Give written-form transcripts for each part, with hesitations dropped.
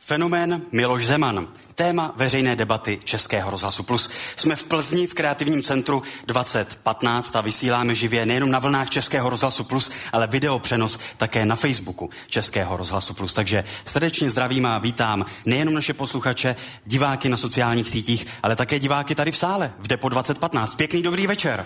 Fenomén Miloš Zeman. Téma veřejné debaty Českého rozhlasu Plus. Jsme v Plzni v kreativním centru 2015 a vysíláme živě nejenom na vlnách Českého rozhlasu Plus, ale video přenos také na Facebooku Českého rozhlasu Plus. Takže srdečně zdravím a vítám nejenom naše posluchače, diváky na sociálních sítích, ale také diváky tady v sále v Depo 2015. Pěkný dobrý večer.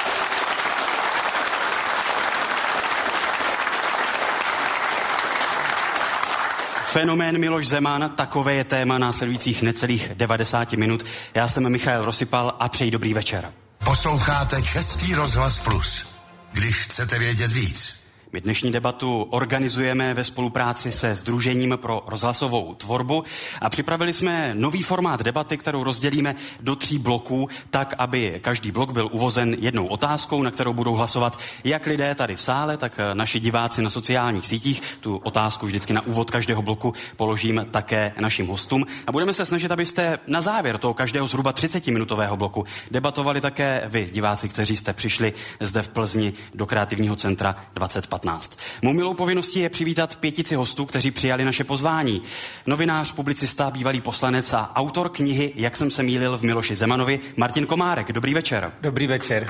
Fenomén Miloš Zeman, takové je téma následujících necelých 90 minut. Já jsem Michael Rosypal a přeji dobrý večer. Posloucháte Český rozhlas Plus, když chcete vědět víc. My dnešní debatu organizujeme ve spolupráci se Sdružením pro rozhlasovou tvorbu a připravili jsme nový formát debaty, kterou rozdělíme do 3 bloků, tak, aby každý blok byl uvozen jednou otázkou, na kterou budou hlasovat jak lidé tady v sále, tak naši diváci na sociálních sítích. Tu otázku vždycky na úvod každého bloku položím také našim hostům a budeme se snažit, abyste na závěr toho každého zhruba 30-minutového bloku debatovali také vy, diváci, kteří jste přišli zde v Plzni do kreativního centra 2015. Mou milou povinností je přivítat 5 hostů, kteří přijali naše pozvání. Novinář, publicista, bývalý poslanec a autor knihy Jak jsem se mýlil v Miloši Zemanovi, Martin Komárek. Dobrý večer. Dobrý večer.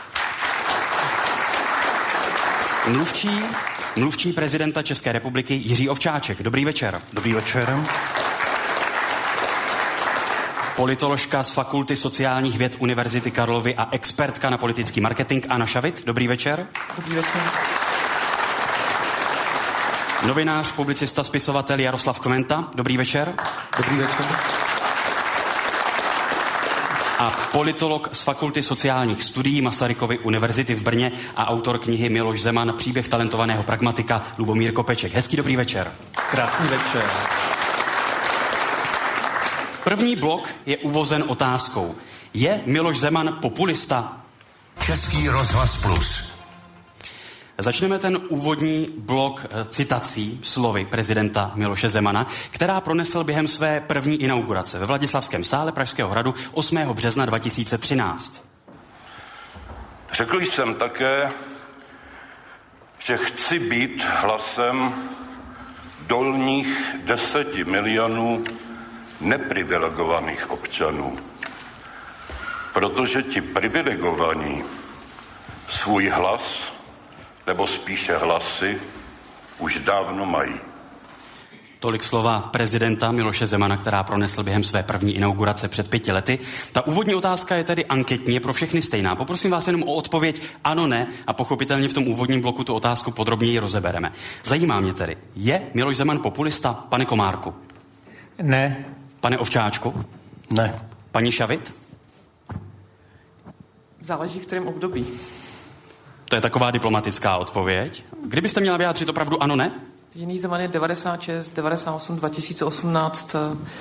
Mluvčí prezidenta České republiky Jiří Ovčáček. Dobrý večer. Dobrý večer. Politoložka z Fakulty sociálních věd Univerzity Karlovy a expertka na politický marketing Anna Šavit. Dobrý večer. Dobrý večer. Novinář, publicista, spisovatel Jaroslav Kventa. Dobrý večer. Dobrý večer. A politolog z Fakulty sociálních studií Masarykovy univerzity v Brně a autor knihy Miloš Zeman, příběh talentovaného pragmatika Lubomír Kopeček. Hezký dobrý večer. Krásný večer. První blok je uvozen otázkou. Je Miloš Zeman populista? Český rozhlas Plus. Začneme ten úvodní blok citací slovy prezidenta Miloše Zemana, která pronesl během své první inaugurace ve Vladislavském sále Pražského hradu 8. března 2013. Řekl jsem také, že chci být hlasem dolních 10 milionů neprivilegovaných občanů, protože ti privilegovaní svůj hlas, nebo spíše hlasy, už dávno mají. Tolik slova prezidenta Miloše Zemana, která pronesl během své první inaugurace před 5 lety. Ta úvodní otázka je tedy anketní, je pro všechny stejná. Poprosím vás jenom o odpověď ano, ne a pochopitelně v tom úvodním bloku tu otázku podrobněji rozebereme. Zajímá mě tedy, je Miloš Zeman populista, pane Komárku? Ne. Pane Ovčáčku? Ne. Paní Šavit? Záleží v kterém období. To je taková diplomatická odpověď. Kdybyste měla vyjádřit opravdu ano, ne? Jiný Zeman je 96, 98, 2018.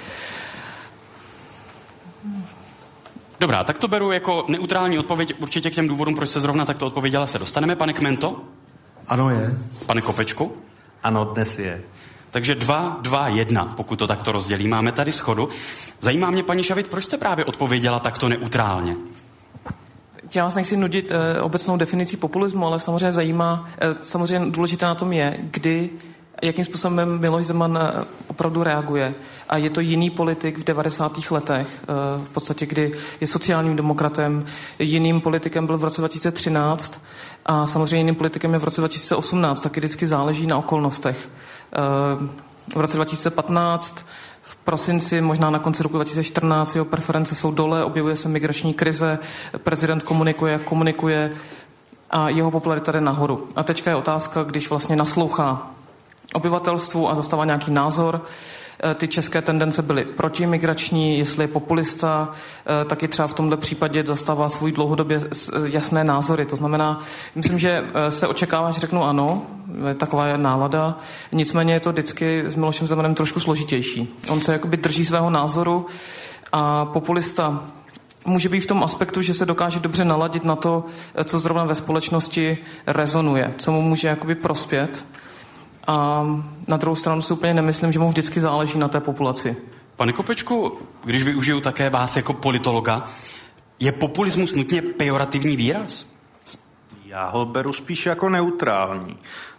Dobrá, tak to beru jako neutrální odpověď. Určitě k těm důvodům, proč se zrovna takto odpověděla, se dostaneme. Pane Kmento? Ano je. Pane Kopečku? Ano, dnes je. Takže 2, 2, 1, pokud to takto rozdělí. Máme tady shodu. Zajímá mě, paní Šavit, proč jste právě odpověděla takto neutrálně? Já vás nechci nudit obecnou definicí populismu, ale samozřejmě důležité na tom je, jakým způsobem Miloš Zeman opravdu reaguje. A je to jiný politik v 90. letech, v podstatě, kdy je sociálním demokratem, jiným politikem byl v roce 2013 a samozřejmě jiným politikem je v roce 2018, taky vždycky záleží na okolnostech. V roce 2015 v prosinci, možná na konci roku 2014, jeho preference jsou dole, objevuje se migrační krize, prezident komunikuje a jeho popularita jde nahoru. A teďka je otázka, když vlastně naslouchá obyvatelstvu a zastává nějaký názor. Ty české tendence byly protimigrační, jestli je populista, taky třeba v tomto případě zastává svůj dlouhodobě jasné názory. To znamená, myslím, že se očekává, že řeknu ano, taková je nálada, nicméně je to vždycky s Milošem Zemanem trošku složitější. On se jakoby drží svého názoru a populista může být v tom aspektu, že se dokáže dobře naladit na to, co zrovna ve společnosti rezonuje, co mu může jakoby prospět. A na druhou stranu si úplně nemyslím, že mu vždycky záleží na té populaci. Pane Kopečku, když využiju také vás jako politologa, je populismus nutně pejorativní výraz? Já ho beru spíš jako neutrální.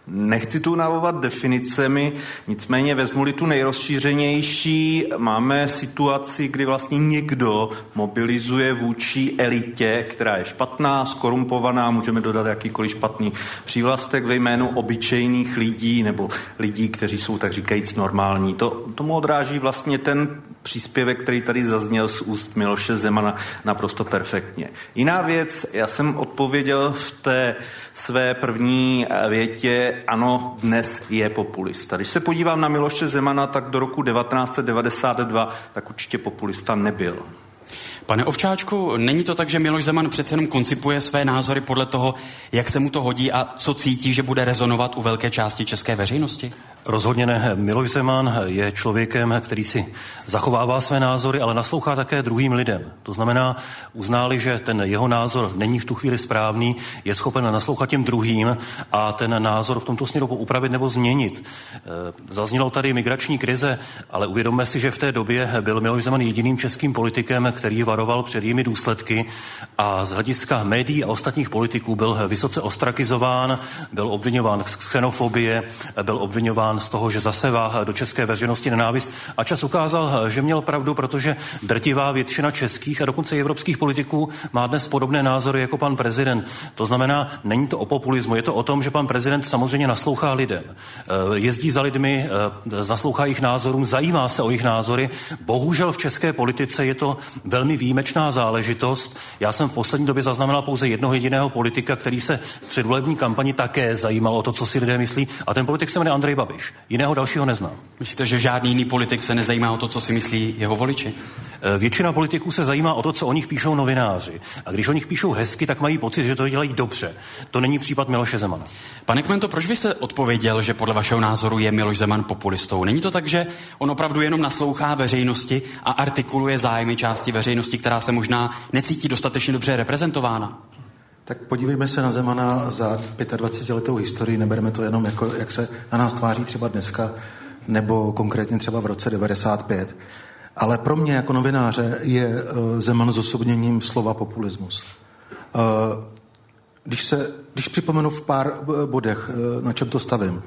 Nechci tu navovat definicemi, nicméně vezmu-li tu nejrozšířenější, máme situaci, kdy vlastně někdo mobilizuje vůči elitě, která je špatná, skorumpovaná, můžeme dodat jakýkoliv špatný přívlastek ve jménu obyčejných lidí nebo lidí, kteří jsou tak říkajíc normální. Tomu odráží vlastně ten příspěvek, který tady zazněl z úst Miloše Zemana naprosto perfektně. Jiná věc, já jsem odpověděl v té své první větě, ano, dnes je populista. Když se podívám na Miloše Zemana, tak do roku 1992 tak určitě populista nebyl. Pane Ovčáčku, není to tak, že Miloš Zeman přece jenom koncipuje své názory podle toho, jak se mu to hodí a co cítí, že bude rezonovat u velké části české veřejnosti? Rozhodně ne. Miloš Zeman je člověkem, který si zachovává své názory, ale naslouchá také druhým lidem. To znamená, uználi, že ten jeho názor není v tu chvíli správný, je schopen naslouchat těm druhým a ten názor v tomto směru upravit nebo změnit. Zaznělo tady migrační krize, ale uvědomme si, že v té době byl Miloš Zeman jediným českým politikem, který varoval před jejími důsledky a z hlediska médií a ostatních politiků byl vysoce ostrakizován, byl obviňován z xenofobie, byl obviňován z toho, že zasevá do české veřejnosti nenávist a čas ukázal, že měl pravdu, protože drtivá většina českých a dokonce i evropských politiků má dnes podobné názory jako pan prezident. To znamená, není to o populismu, je to o tom, že pan prezident samozřejmě naslouchá lidem. Jezdí za lidmi, naslouchá jejich názorům, zajímá se o jejich názory. Bohužel v české politice je to velmi výjimečná záležitost. Já jsem v poslední době zaznamenal pouze jednoho jediného politika, který se v předvolební kampani také zajímal o to, co si lidé myslí, a ten politik se jmenuje Andrej Babiš. Jiného dalšího neznám. Myslíte, že žádný jiný politik se nezajímá o to, co si myslí jeho voliči? Většina politiků se zajímá o to, co o nich píšou novináři. A když o nich píšou hezky, tak mají pocit, že to dělají dobře. To není případ Miloše Zemana. Pane Kmento, proč vy jste odpověděl, že podle vašeho názoru je Miloš Zeman populistou? Není to tak, že on opravdu jenom naslouchá veřejnosti a artikuluje zájmy části veřejnosti, která se možná necítí dostatečně dobře reprezentována? Tak podívejme se na Zemana za 25letou historii, nebereme to jenom jako, jak se na nás tváří třeba dneska, nebo konkrétně třeba v roce 95. Ale pro mě jako novináře je Zeman zosobněním slova populismus. Když připomenu v pár bodech, na čem to stavím,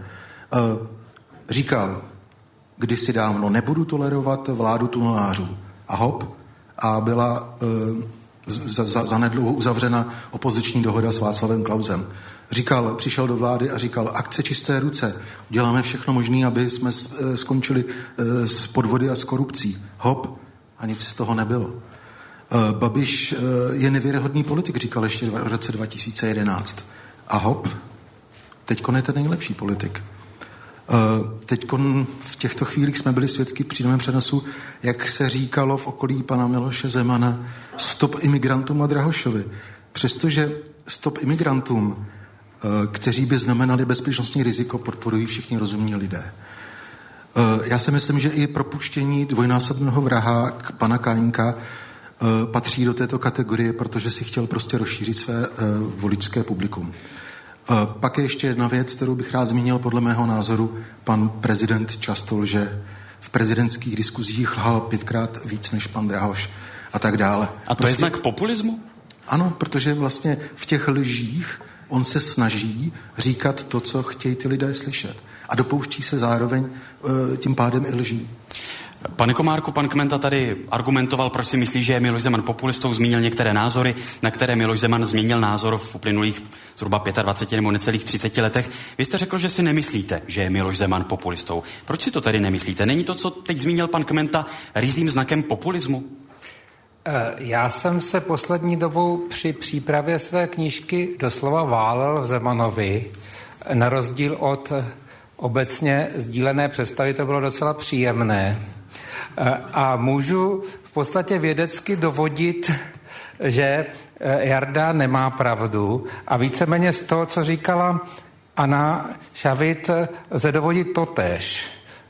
říkal kdysi dávno, nebudu tolerovat vládu tunelářů. A hop, a byla zanedlouho uzavřena opoziční dohoda s Václavem Klausem. Přišel do vlády a říkal, akce čisté ruce, uděláme všechno možné, aby jsme skončili s podvody a s korupcí. Hop, a nic z toho nebylo. Babiš je nevěrohodný politik, říkal ještě v roce 2011. A hop, teďkon je ten nejlepší politik. Teďkon v těchto chvílích jsme byli svědky v přímém přenosu, jak se říkalo v okolí pana Miloše Zemana, stop imigrantům a Drahošovi. Přestože stop imigrantům, kteří by znamenali bezpečnostní riziko, podporují všichni rozumní lidé. Já si myslím, že i propuštění dvojnásobného vraha pana Kajínka patří do této kategorie, protože si chtěl prostě rozšířit své voličské publikum. Pak je ještě jedna věc, kterou bych rád zmínil. Podle mého názoru pan prezident často lže. V prezidentských diskuzích lhal 5krát víc než pan Drahoš a tak dále. A to je znak populismu? Ano, protože vlastně v těch lžích on se snaží říkat to, co chtějí ty lidé slyšet. A dopouští se zároveň tím pádem i lží. Pane Komárku, pan Kmenta tady argumentoval, proč si myslí, že je Miloš Zeman populistou, zmínil některé názory, na které Miloš Zeman změnil názor v uplynulých zhruba 25 nebo necelých 30 letech. Vy jste řekl, že si nemyslíte, že je Miloš Zeman populistou. Proč si to tedy nemyslíte? Není to, co teď zmínil pan Kmenta, ryzím znakem populismu? Já jsem se poslední dobou při přípravě své knížky doslova válel v Zemanovi. Na rozdíl od obecně sdílené představy to bylo docela příjemné. A můžu v podstatě vědecky dovodit, že Jarda nemá pravdu a víceméně z toho, co říkala Anna Šavit, lze dovodit totéž.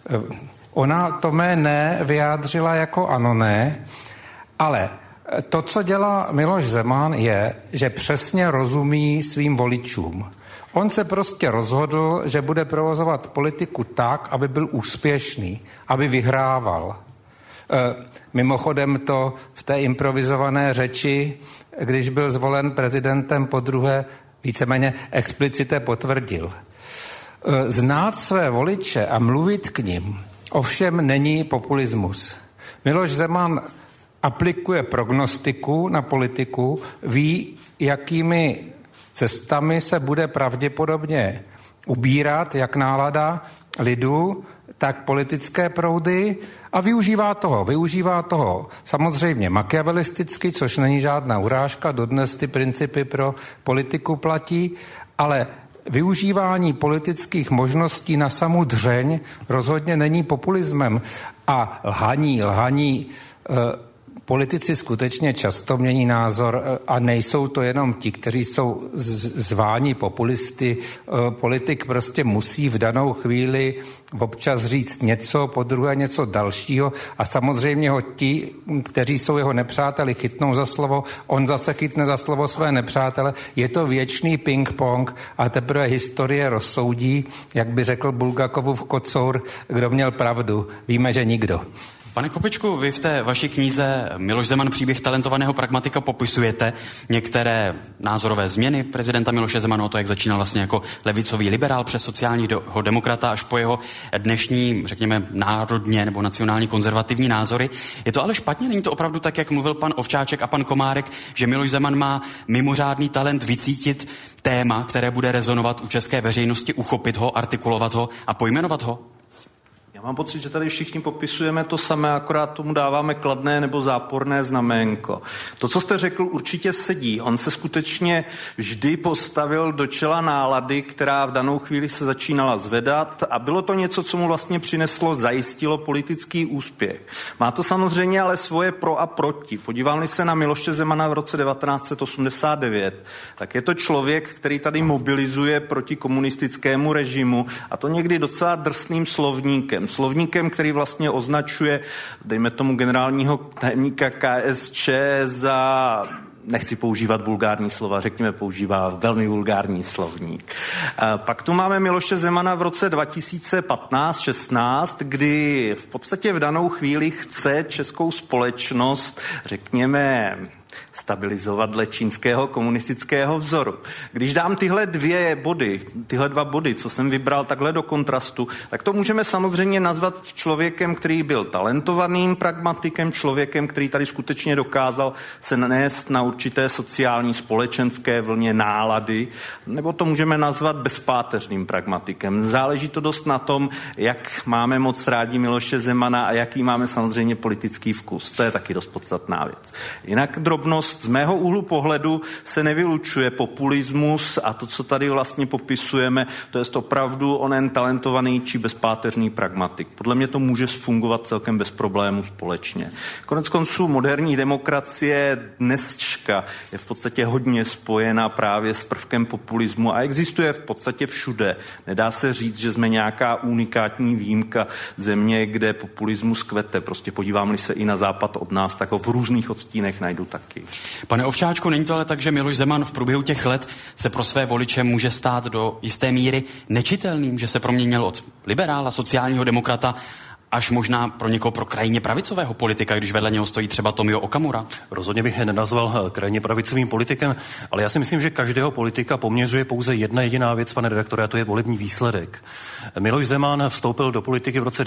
Ona to mé ne vyjádřila jako ano ne, ale to, co dělá Miloš Zeman, je, že přesně rozumí svým voličům. On se prostě rozhodl, že bude provozovat politiku tak, aby byl úspěšný, aby vyhrával. Mimochodem to v té improvizované řeči, když byl zvolen prezidentem podruhé, víceméně explicitně potvrdil. Znát své voliče a mluvit k nim ovšem není populismus. Miloš Zeman aplikuje prognostiku na politiku, ví, jakými cestami se bude pravděpodobně ubírat jak nálada lidu, tak politické proudy a využívá toho samozřejmě machiavelisticky, což není žádná urážka, dodnes ty principy pro politiku platí, ale využívání politických možností na samu dřeň rozhodně není populismem a lhaní politici skutečně často mění názor a nejsou to jenom ti, kteří jsou zváni populisty. Politik prostě musí v danou chvíli občas říct něco, podruhé něco dalšího a samozřejmě ho ti, kteří jsou jeho nepřáteli, chytnou za slovo, on zase chytne za slovo své nepřátele. Je to věčný ping-pong a teprve historie rozsoudí, jak by řekl Bulgakovův kocour, kdo měl pravdu. Víme, že nikdo. Pane Kopičku, vy v té vaší knize Miloš Zeman, příběh talentovaného pragmatika popisujete některé názorové změny prezidenta Miloše Zemana, to, jak začínal vlastně jako levicový liberál přes sociálního demokrata až po jeho dnešní, řekněme, národně nebo nacionálně konzervativní názory. Je to ale špatně? Není to opravdu tak, jak mluvil pan Ovčáček a pan Komárek, že Miloš Zeman má mimořádný talent vycítit téma, které bude rezonovat u české veřejnosti, uchopit ho, artikulovat ho a pojmenovat ho? Já mám pocit, že tady všichni popisujeme to samé, akorát tomu dáváme kladné nebo záporné znaménko. To, co jste řekl, určitě sedí. On se skutečně vždy postavil do čela nálady, která v danou chvíli se začínala zvedat a bylo to něco, co mu vlastně zajistilo politický úspěch. Má to samozřejmě ale svoje pro a proti. Podívám-li se na Miloše Zemana v roce 1989, tak je to člověk, který tady mobilizuje proti komunistickému režimu a to někdy docela drsným slovníkem, který vlastně označuje, dejme tomu, generálního tajemníka KSČ za, nechci používat vulgární slova, řekněme, používá velmi vulgární slovník. Pak tu máme Miloše Zemana v roce 2015-16, kdy v podstatě v danou chvíli chce českou společnost, řekněme, stabilizovat dle čínského komunistického vzoru. Když dám tyhle dva body, co jsem vybral takhle do kontrastu, tak to můžeme samozřejmě nazvat člověkem, který byl talentovaným pragmatikem, člověkem, který tady skutečně dokázal se nést na určité sociální společenské vlně nálady, nebo to můžeme nazvat bezpáteřným pragmatikem. Záleží to dost na tom, jak máme moc rádi Miloše Zemana a jaký máme samozřejmě politický vkus. To je taky dost podstatná věc. Jinak z mého úhlu pohledu se nevylučuje populismus a to, co tady vlastně popisujeme, to je opravdu onen talentovaný či bezpáteřný pragmatik. Podle mě to může fungovat celkem bez problémů společně. Koneckonců moderní demokracie dneska je v podstatě hodně spojena právě s prvkem populismu a existuje v podstatě všude. Nedá se říct, že jsme nějaká unikátní výjimka země, kde populismus kvete. Prostě podívám-li se i na západ od nás, tak ho v různých odstínech najdu taky. Pane Ovčáčku, není to ale tak, že Miloš Zeman v průběhu těch let se pro své voliče může stát do jisté míry nečitelným, že se proměnil od liberála, sociálního demokrata až možná pro někoho pro krajně pravicového politika, když vedle něho stojí třeba Tomio Okamura? Rozhodně bych je nenazval krajně pravicovým politikem, ale já si myslím, že každého politika poměřuje pouze jedna jediná věc, pane redaktore, a to je volební výsledek. Miloš Zeman vstoupil do politiky v roce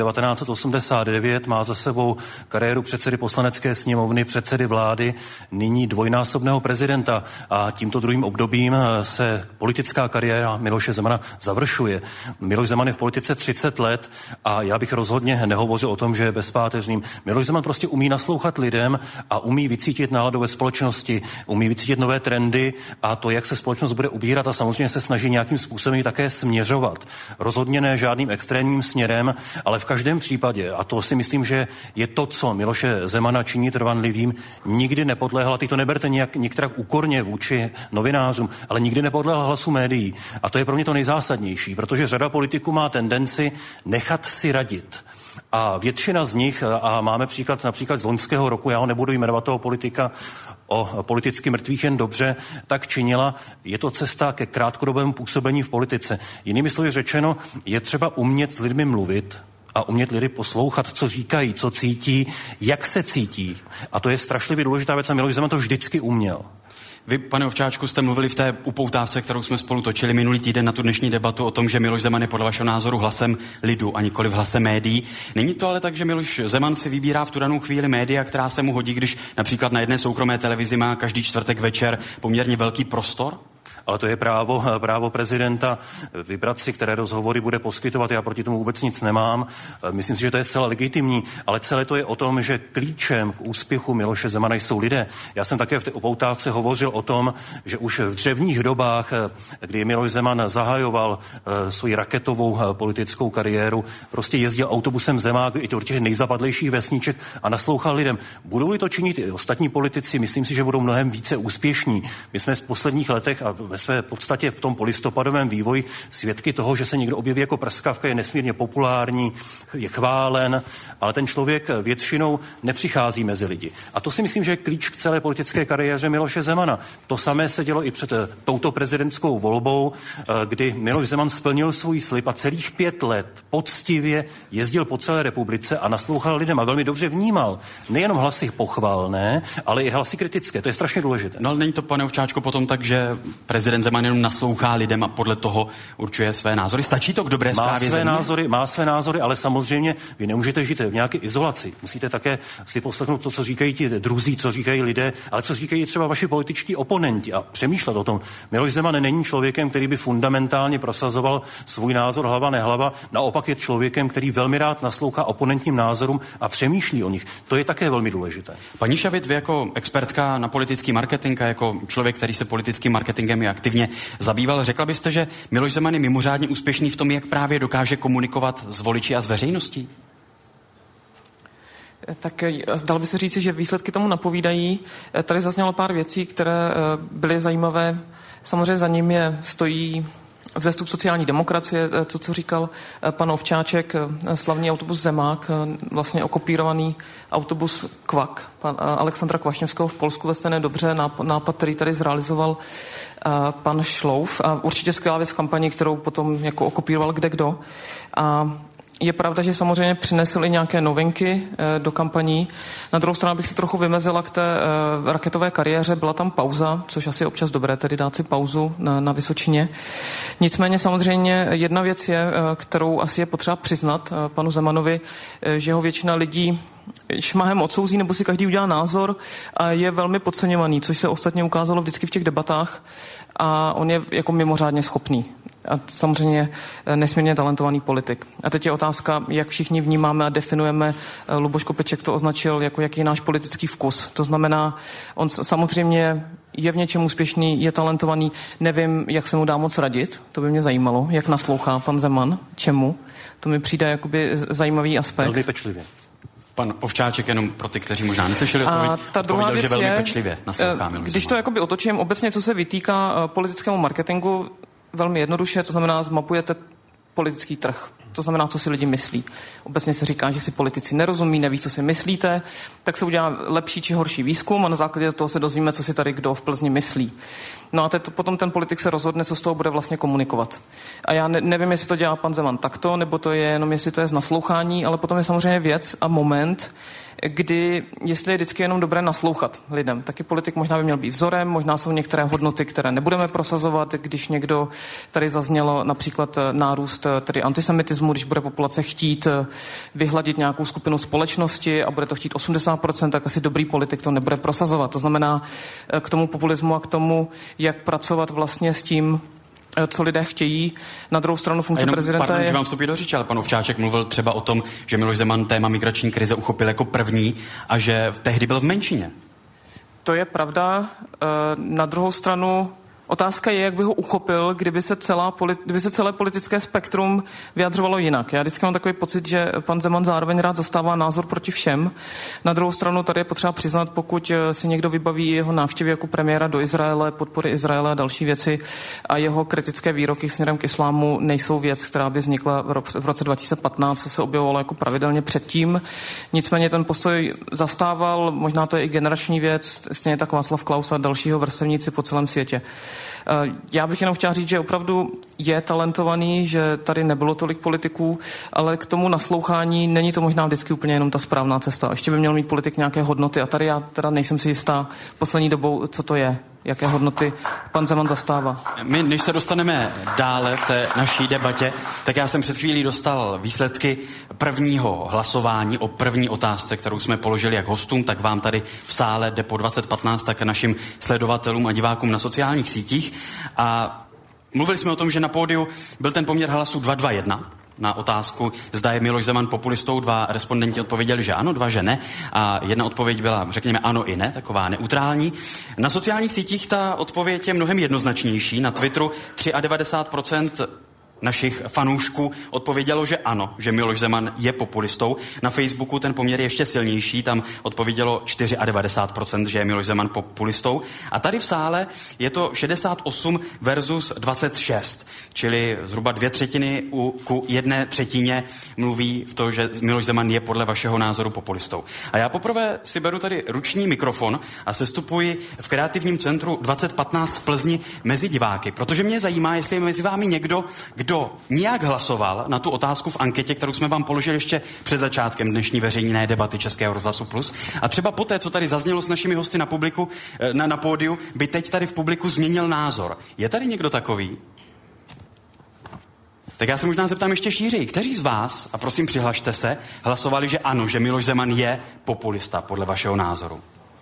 1989, má za sebou kariéru předsedy Poslanecké sněmovny, předsedy vlády, nyní dvojnásobného prezidenta a tímto druhým obdobím se politická kariéra Miloše Zemana završuje. Miloš Zeman je v politice 30 let a já bych rozhodně nehovořil o tom, že je bezpáteřným. Miloš Zeman prostě umí naslouchat lidem a umí vycítit náladu ve společnosti, umí vycítit nové trendy a to, jak se společnost bude ubírat a samozřejmě se snaží nějakým způsobem ji také směřovat. Rozhodně ne žádným extrémním směrem, ale v každém případě, a to si myslím, že je to, co Miloše Zemana činí trvanlivým, nikdy nepodléhal, ty to neberte některak úkorně vůči novinářům, ale nikdy nepodléhal hlasu médií. A to je pro mě to nejzásadnější, protože řada politiků má tendenci nechat si radit. A většina z nich, a máme příklad například z loňského roku, já ho nebudu jmenovat toho politika, o politicky mrtvých jen dobře, tak činila. Je to cesta ke krátkodobému působení v politice. Jinými slovy řečeno, je třeba umět s lidmi mluvit a umět lidi poslouchat, co říkají, co cítí, jak se cítí. A to je strašlivě důležitá věc a Miloš Zeman to vždycky uměl. Vy, pane Ovčáčku, jste mluvili v té upoutávce, kterou jsme spolu točili minulý týden na tu dnešní debatu o tom, že Miloš Zeman je podle vašeho názoru hlasem lidu a nikoli hlasem médií. Není to ale tak, že Miloš Zeman si vybírá v tu danou chvíli média, která se mu hodí, když například na jedné soukromé televizi má každý čtvrtek večer poměrně velký prostor? Ale to je právo prezidenta vybrat si, které rozhovory bude poskytovat. Já proti tomu vůbec nic nemám. Myslím si, že to je zcela legitimní, ale celé to je o tom, že klíčem k úspěchu Miloše Zemana jsou lidé. Já jsem také v té upoutávce hovořil o tom, že už v dřevních dobách, kdy Miloš Zeman zahajoval svoji raketovou politickou kariéru, prostě jezdil autobusem Zemák i do těch nejzapadlejších vesniček a naslouchal lidem. Budou-li to činit i ostatní politici, myslím si, že budou mnohem více úspěšní. My jsme v posledních letech a ve své podstatě v tom polistopadovém vývoji svědky toho, že se někdo objeví jako prskavka, je nesmírně populární, je chválen, ale ten člověk většinou nepřichází mezi lidi. A to si myslím, že je klíč k celé politické kariéře Miloše Zemana. To samé se dělo i před touto prezidentskou volbou, kdy Miloš Zeman splnil svůj slib a celých 5 let poctivě jezdil po celé republice a naslouchal lidem a velmi dobře vnímal nejenom hlasy pochvalné, ale i hlasy kritické. To je strašně důležité. No ale není to, pane Ovčáčku, potom tak, že prezident Zeman jenom naslouchá lidem a podle toho určuje své názory. Stačí to k dobré správě země? Má své názory, ale samozřejmě vy nemůžete žít v nějaké izolaci. Musíte také si poslechnout to, co říkají ti druzí, co říkají lidé, ale co říkají třeba vaši političtí oponenti a přemýšlet o tom. Miloš Zeman není člověkem, který by fundamentálně prosazoval svůj názor hlava nehlava, naopak je člověkem, který velmi rád naslouchá oponentním názorům a přemýšlí o nich. To je také velmi důležité. Paní Šavit, vy jako expertka na politický marketing a jako člověk, který se politickým marketingem aktivně zabýval, řekla byste, že Miloš Zeman je mimořádně úspěšný v tom, jak právě dokáže komunikovat s voliči a s veřejností? Tak dalo by se říci, že výsledky tomu napovídají. Tady zaznělo pár věcí, které byly zajímavé. Samozřejmě za ním stojí vzestup sociální demokracie, to, co říkal pan Ovčáček, slavný autobus Zemák, vlastně okopírovaný autobus Kvak, pan Alexandra Kvašněvského v Polsku ve stejné dobře, nápad, který tady zrealizoval pan Šlouf a určitě skvělá věc v kampani, kterou potom jako okopíroval kdekdo. A je pravda, že samozřejmě přinesl i nějaké novinky do kampaní. Na druhou stranu bych si trochu vymezila k té raketové kariéře. Byla tam pauza, což asi je občas dobré, tedy dát si pauzu na Vysočině. Nicméně samozřejmě jedna věc je, kterou asi je potřeba přiznat panu Zemanovi, že ho většina lidí šmahem odsouzí, nebo si každý udělá názor a je velmi podceňovaný, což se ostatně ukázalo vždycky v těch debatách a on je jako mimořádně schopný. A samozřejmě nesmírně talentovaný politik. A teď je otázka, jak všichni vnímáme a definujeme, Luboš Kopeček to označil jako jaký je náš politický vkus. To znamená, on samozřejmě je v něčem úspěšný, je talentovaný, nevím, jak se mu dá moc radit, to by mě zajímalo, jak naslouchá pan Zeman, čemu, to mi přijde jakoby zajímavý aspekt. Velmi pečlivě. Pan Ovčáček, jenom pro ty, kteří možná neslyšeli odpověděl, že velmi pečlivě naslouchá Miloš Když to jakoby otočím, obecně co se vytýká politickému marketingu, velmi jednoduše, to znamená, zmapujete politický trh. To znamená, co si lidi myslí. Obecně se říká, že si politici nerozumí, neví, co si myslíte, tak se udělá lepší či horší výzkum a na základě toho se dozvíme, co si tady kdo v Plzni myslí. No a potom ten politik se rozhodne, co z toho bude vlastně komunikovat. A já nevím, jestli to dělá pan Zeman takto, nebo to je jenom, jestli to je z naslouchání, ale potom je samozřejmě věc a moment, kdy, jestli je vždycky jenom dobré naslouchat lidem. Taky politik možná by měl být vzorem, možná jsou některé hodnoty, které nebudeme prosazovat, když někdo, tady zaznělo například nárůst tedy antisemitismu, když bude populace chtít vyhladit nějakou skupinu společnosti a bude to chtít 80%, tak asi dobrý politik to nebude prosazovat. To znamená k tomu populismu a k tomu, jak pracovat vlastně s tím, co lidé chtějí. Na druhou stranu funkce prezidenta pardon, že vám vstupí do řeči, ale pan Ovčáček mluvil třeba o tom, že Miloš Zeman téma migrační krize uchopil jako první a že tehdy byl v menšině. To je pravda. Na druhou stranu otázka je, jak by ho uchopil, kdyby se celé politické spektrum vyjadřovalo jinak. Já vždycky mám takový pocit, že pan Zeman zároveň rád zastává názor proti všem. Na druhou stranu tady je potřeba přiznat, pokud si někdo vybaví jeho návštěvy jako premiéra do Izraele, podpory Izraele a další věci a jeho kritické výroky směrem k islámu nejsou věc, která by vznikla v roce 2015, co se objevovalo jako pravidelně předtím. Nicméně ten postoj zastával, možná to je i generační věc, stejně tak Václav Klaus a dalšího vrstevníci po celém světě. Já bych jenom chtěl říct, že opravdu je talentovaný, že tady nebylo tolik politiků, ale k tomu naslouchání není to možná vždycky úplně jenom ta správná cesta. Ještě by měl mít politik nějaké hodnoty a tady já teda nejsem si jistá poslední dobou, co to je. jaké hodnoty pan Zeman zastává. My, než se dostaneme dále v té naší debatě, tak já jsem před chvílí dostal výsledky prvního hlasování o první otázce, kterou jsme položili jak hostům, tak vám tady v sále Depo 2015, tak našim sledovatelům a divákům na sociálních sítích. A mluvili jsme o tom, že na pódiu byl ten poměr hlasů 2-2-1. Na otázku, zda je Miloš Zeman populistou, 2 respondenti odpověděli, že ano, 2, že ne. A jedna odpověď byla, řekněme, ano i ne, taková neutrální. Na sociálních sítích ta odpověď je mnohem jednoznačnější. Na Twitteru 93% našich fanoušků odpovědělo, že ano, že Miloš Zeman je populistou. Na Facebooku ten poměr je ještě silnější, tam odpovědělo 94%, že je Miloš Zeman populistou. A tady v sále je to 68 versus 26, čili zhruba 2/3 ku 1/3 mluví v to, že Miloš Zeman je podle vašeho názoru populistou. A já poprvé si beru tady ruční mikrofon a sestupuji v Kreativním centru 2015 v Plzni mezi diváky, protože mě zajímá, jestli je mezi vámi někdo, kdo nijak hlasoval na tu otázku v anketě, kterou jsme vám položili ještě před začátkem dnešní veřejné debaty Českého rozhlasu Plus. A třeba poté, co tady zaznělo s našimi hosty na publiku, na pódiu, by teď tady v publiku změnil názor. Je tady někdo takový? Tak já se možná zeptám ještě šířeji. Kteří z vás, a prosím přihlašte se, hlasovali, že ano, že Miloš Zeman je populista podle vašeho názoru?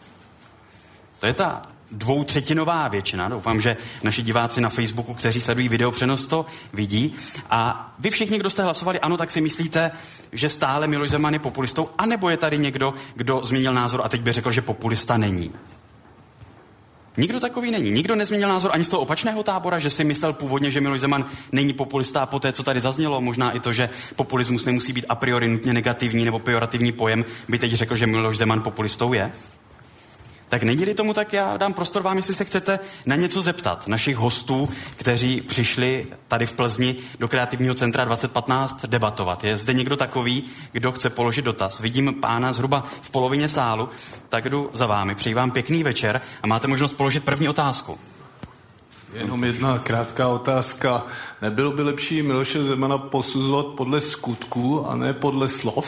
To je ta 2/3 většina. Doufám, že naši diváci na Facebooku, kteří sledují videopřenos, to vidí. A vy všichni, kdo jste hlasovali ano, tak si myslíte, že stále Miloš Zeman je populistou, anebo je tady někdo, kdo změnil názor a teď by řekl, že populista není? Nikdo takový není. Nikdo nezměnil názor ani z toho opačného tábora, že si myslel původně, že Miloš Zeman není populista a poté, co tady zaznělo, možná i to, že populismus nemusí být a priori nutně negativní nebo pejorativní pojem, by teď řekl, že Miloš Zeman populistou je? Tak není-li tomu, tak já dám prostor vám, jestli se chcete na něco zeptat našich hostů, kteří přišli tady v Plzni do Kreativního centra 2015 debatovat. Je zde někdo takový, kdo chce položit dotaz? Vidím pána zhruba v polovině sálu, tak jdu za vámi. Přeji vám pěkný večer a máte možnost položit první otázku. Jenom jedna krátká otázka. Nebylo by lepší Miloše Zemana posuzovat podle skutků a ne podle slov?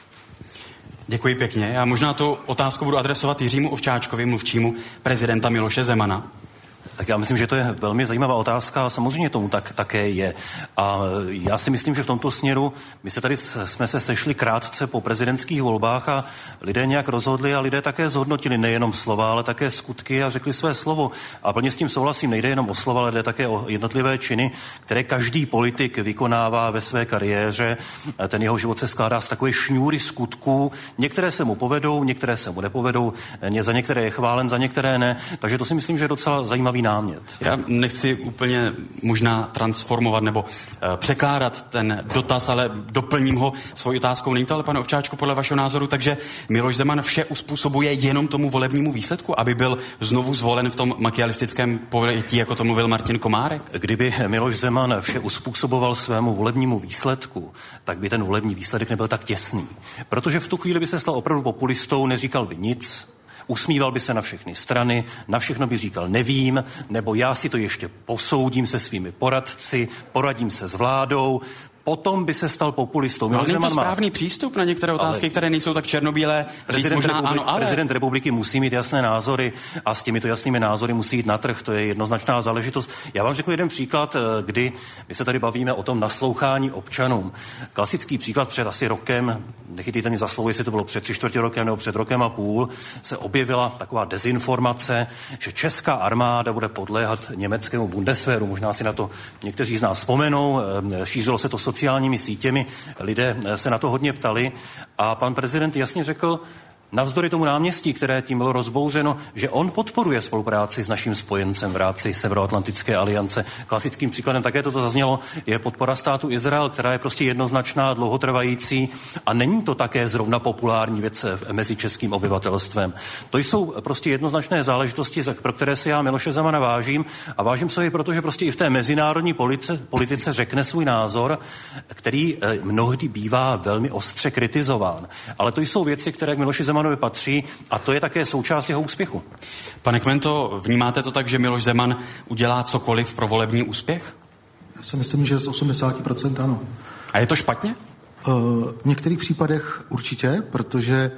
Děkuji pěkně. Já možná tu otázku budu adresovat Jiřímu Ovčáčkovi, mluvčímu prezidenta Miloše Zemana. Tak já myslím, že to je velmi zajímavá otázka a samozřejmě tomu tak také je. A já si myslím, že v tomto směru my jsme se sešli krátce po prezidentských volbách a lidé nějak rozhodli a lidé také zhodnotili nejenom slova, ale také skutky a řekli své slovo. A plně s tím souhlasím, nejde jenom o slova, ale jde také o jednotlivé činy, které každý politik vykonává ve své kariéře. Ten jeho život se skládá z takové šňůry skutků. Některé se mu povedou, některé se mu nepovedou, za některé je chválen, za některé ne. Takže to si myslím, že je docela zajímavý námět. Já nechci úplně možná transformovat nebo překládat ten dotaz, ale doplním ho svojí otázkou. Není to ale, pane Ovčáčku, podle vašeho názoru, takže Miloš Zeman vše uspůsobuje jenom tomu volebnímu výsledku, aby byl znovu zvolen v tom machialistickém pojetí, jako to mluvil Martin Komárek? Kdyby Miloš Zeman vše uspůsoboval svému volebnímu výsledku, tak by ten volební výsledek nebyl tak těsný. Protože v tu chvíli by se stal opravdu populistou, neříkal by nic, usmíval by se na všechny strany, na všechno by říkal nevím, nebo já si to ještě posoudím se svými poradci, poradím se s vládou, potom by se stal populistou. No, není to správný přístup na některé otázky, které nejsou tak černobílé. Prezident republiky musí mít jasné názory a s těmito jasnými názory musí jít na trh. To je jednoznačná záležitost. Já vám řeknu jeden příklad, kdy my se tady bavíme o tom naslouchání občanům. Klasický příklad před asi rokem, nechytejte mě za slovo, jestli to bylo před 3/4 rokem nebo před rokem a půl, se objevila taková dezinformace, že česká armáda bude podléhat německému Bundeswehru. Možná si na to někteří z nás vzpomenou. Šířilo se to sociálními sítěmi, lidé se na to hodně ptali a pan prezident jasně řekl, navzdory tomu náměstí, které tím bylo rozbouřeno, že on podporuje spolupráci s naším spojencem v rámci Severoatlantické aliance. Klasickým příkladem, také toto zaznělo, je podpora státu Izrael, která je prostě jednoznačná, dlouhotrvající a není to také zrovna populární věc mezi českým obyvatelstvem. To jsou prostě jednoznačné záležitosti, pro které si já Miloše Zemana vážím a vážím se jej, protože prostě i v té mezinárodní politice řekne svůj názor, který mnohdy bývá velmi ostře kritizován. Ale to jsou věci, které k Miloši Zemanovi patří a to je také součást jeho úspěchu. Pane Kmento, vnímáte to tak, že Miloš Zeman udělá cokoliv pro volební úspěch? Já si myslím, že z 80% ano. A je to špatně? V některých případech určitě, protože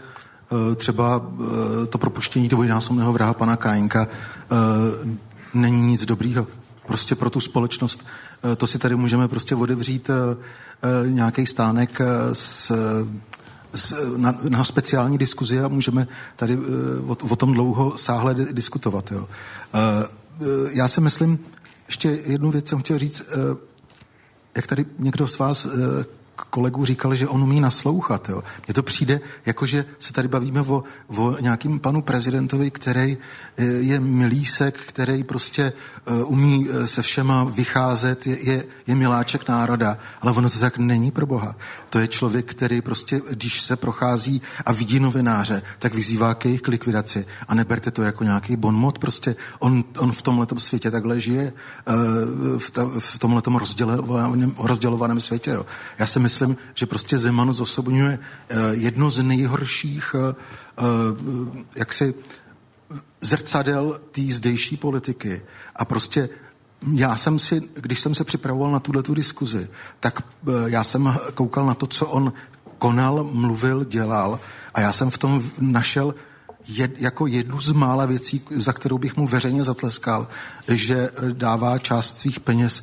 třeba to propuštění dvojnásobného vraha pana Kájenka není nic dobrýho. Prostě pro tu společnost. To si tady můžeme prostě otevřít nějaký stánek na speciální diskuzi a můžeme tady o tom dlouho sáhle diskutovat. Jo. Já si myslím, ještě jednu věc jsem chtěl říct, jak tady někdo z vás kolegů říkal, že on umí naslouchat. Jo. Mně to přijde, jakože se tady bavíme o nějakým panu prezidentovi, který je milísek, který prostě umí se všema vycházet, je miláček národa, ale ono to tak není, pro boha. To je člověk, který prostě, když se prochází a vidí novináře, tak vyzývá k jejich likvidaci a neberte to jako nějaký bonmot, prostě on v tomhletom světě takhle žije, v tomhletom rozdělovaném světě. Jo. Já si myslím, že prostě Zeman zosobňuje jedno z nejhorších jaksi zrcadel té zdejší politiky. A prostě když jsem se připravoval na tuhletu diskuzi, tak já jsem koukal na to, co on konal, mluvil, dělal a já jsem v tom našel jako jednu z mála věcí, za kterou bych mu veřejně zatleskal, že dává část svých peněz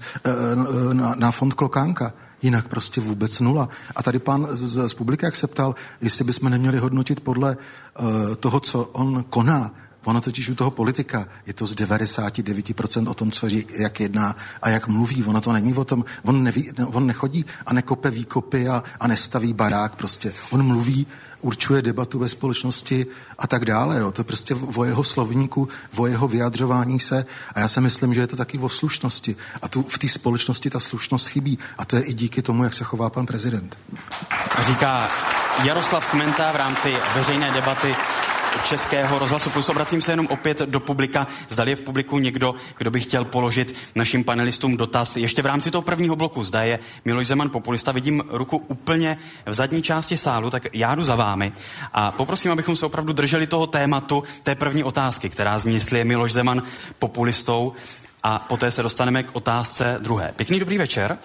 na fond Klokánka. Jinak prostě vůbec nula. A tady pán z publiky, jak se ptal, jestli bychom neměli hodnotit podle toho, co on koná. Ono totiž u toho politika je to z 99% o tom, jak jedná a jak mluví. Ono to není o tom, on nechodí a nekope výkopy a nestaví barák prostě. On mluví, určuje debatu ve společnosti a tak dále. Jo. To je prostě o jeho slovníku, o jeho vyjadřování se a já si myslím, že je to taky o slušnosti. A v té společnosti ta slušnost chybí a to je i díky tomu, jak se chová pan prezident. Říká Jaroslav Kmenta v rámci veřejné debaty Českého rozhlasu Plus. Obracím se jenom opět do publika. Zdali je v publiku někdo, kdo by chtěl položit našim panelistům dotaz. Ještě v rámci toho prvního bloku. Zda je Miloš Zeman populista. Vidím ruku úplně v zadní části sálu, tak já jdu za vámi. A poprosím, abychom se opravdu drželi toho tématu, té první otázky, která zní, jestli je Miloš Zeman populistou. A poté se dostaneme k otázce druhé. Pěkný dobrý večer.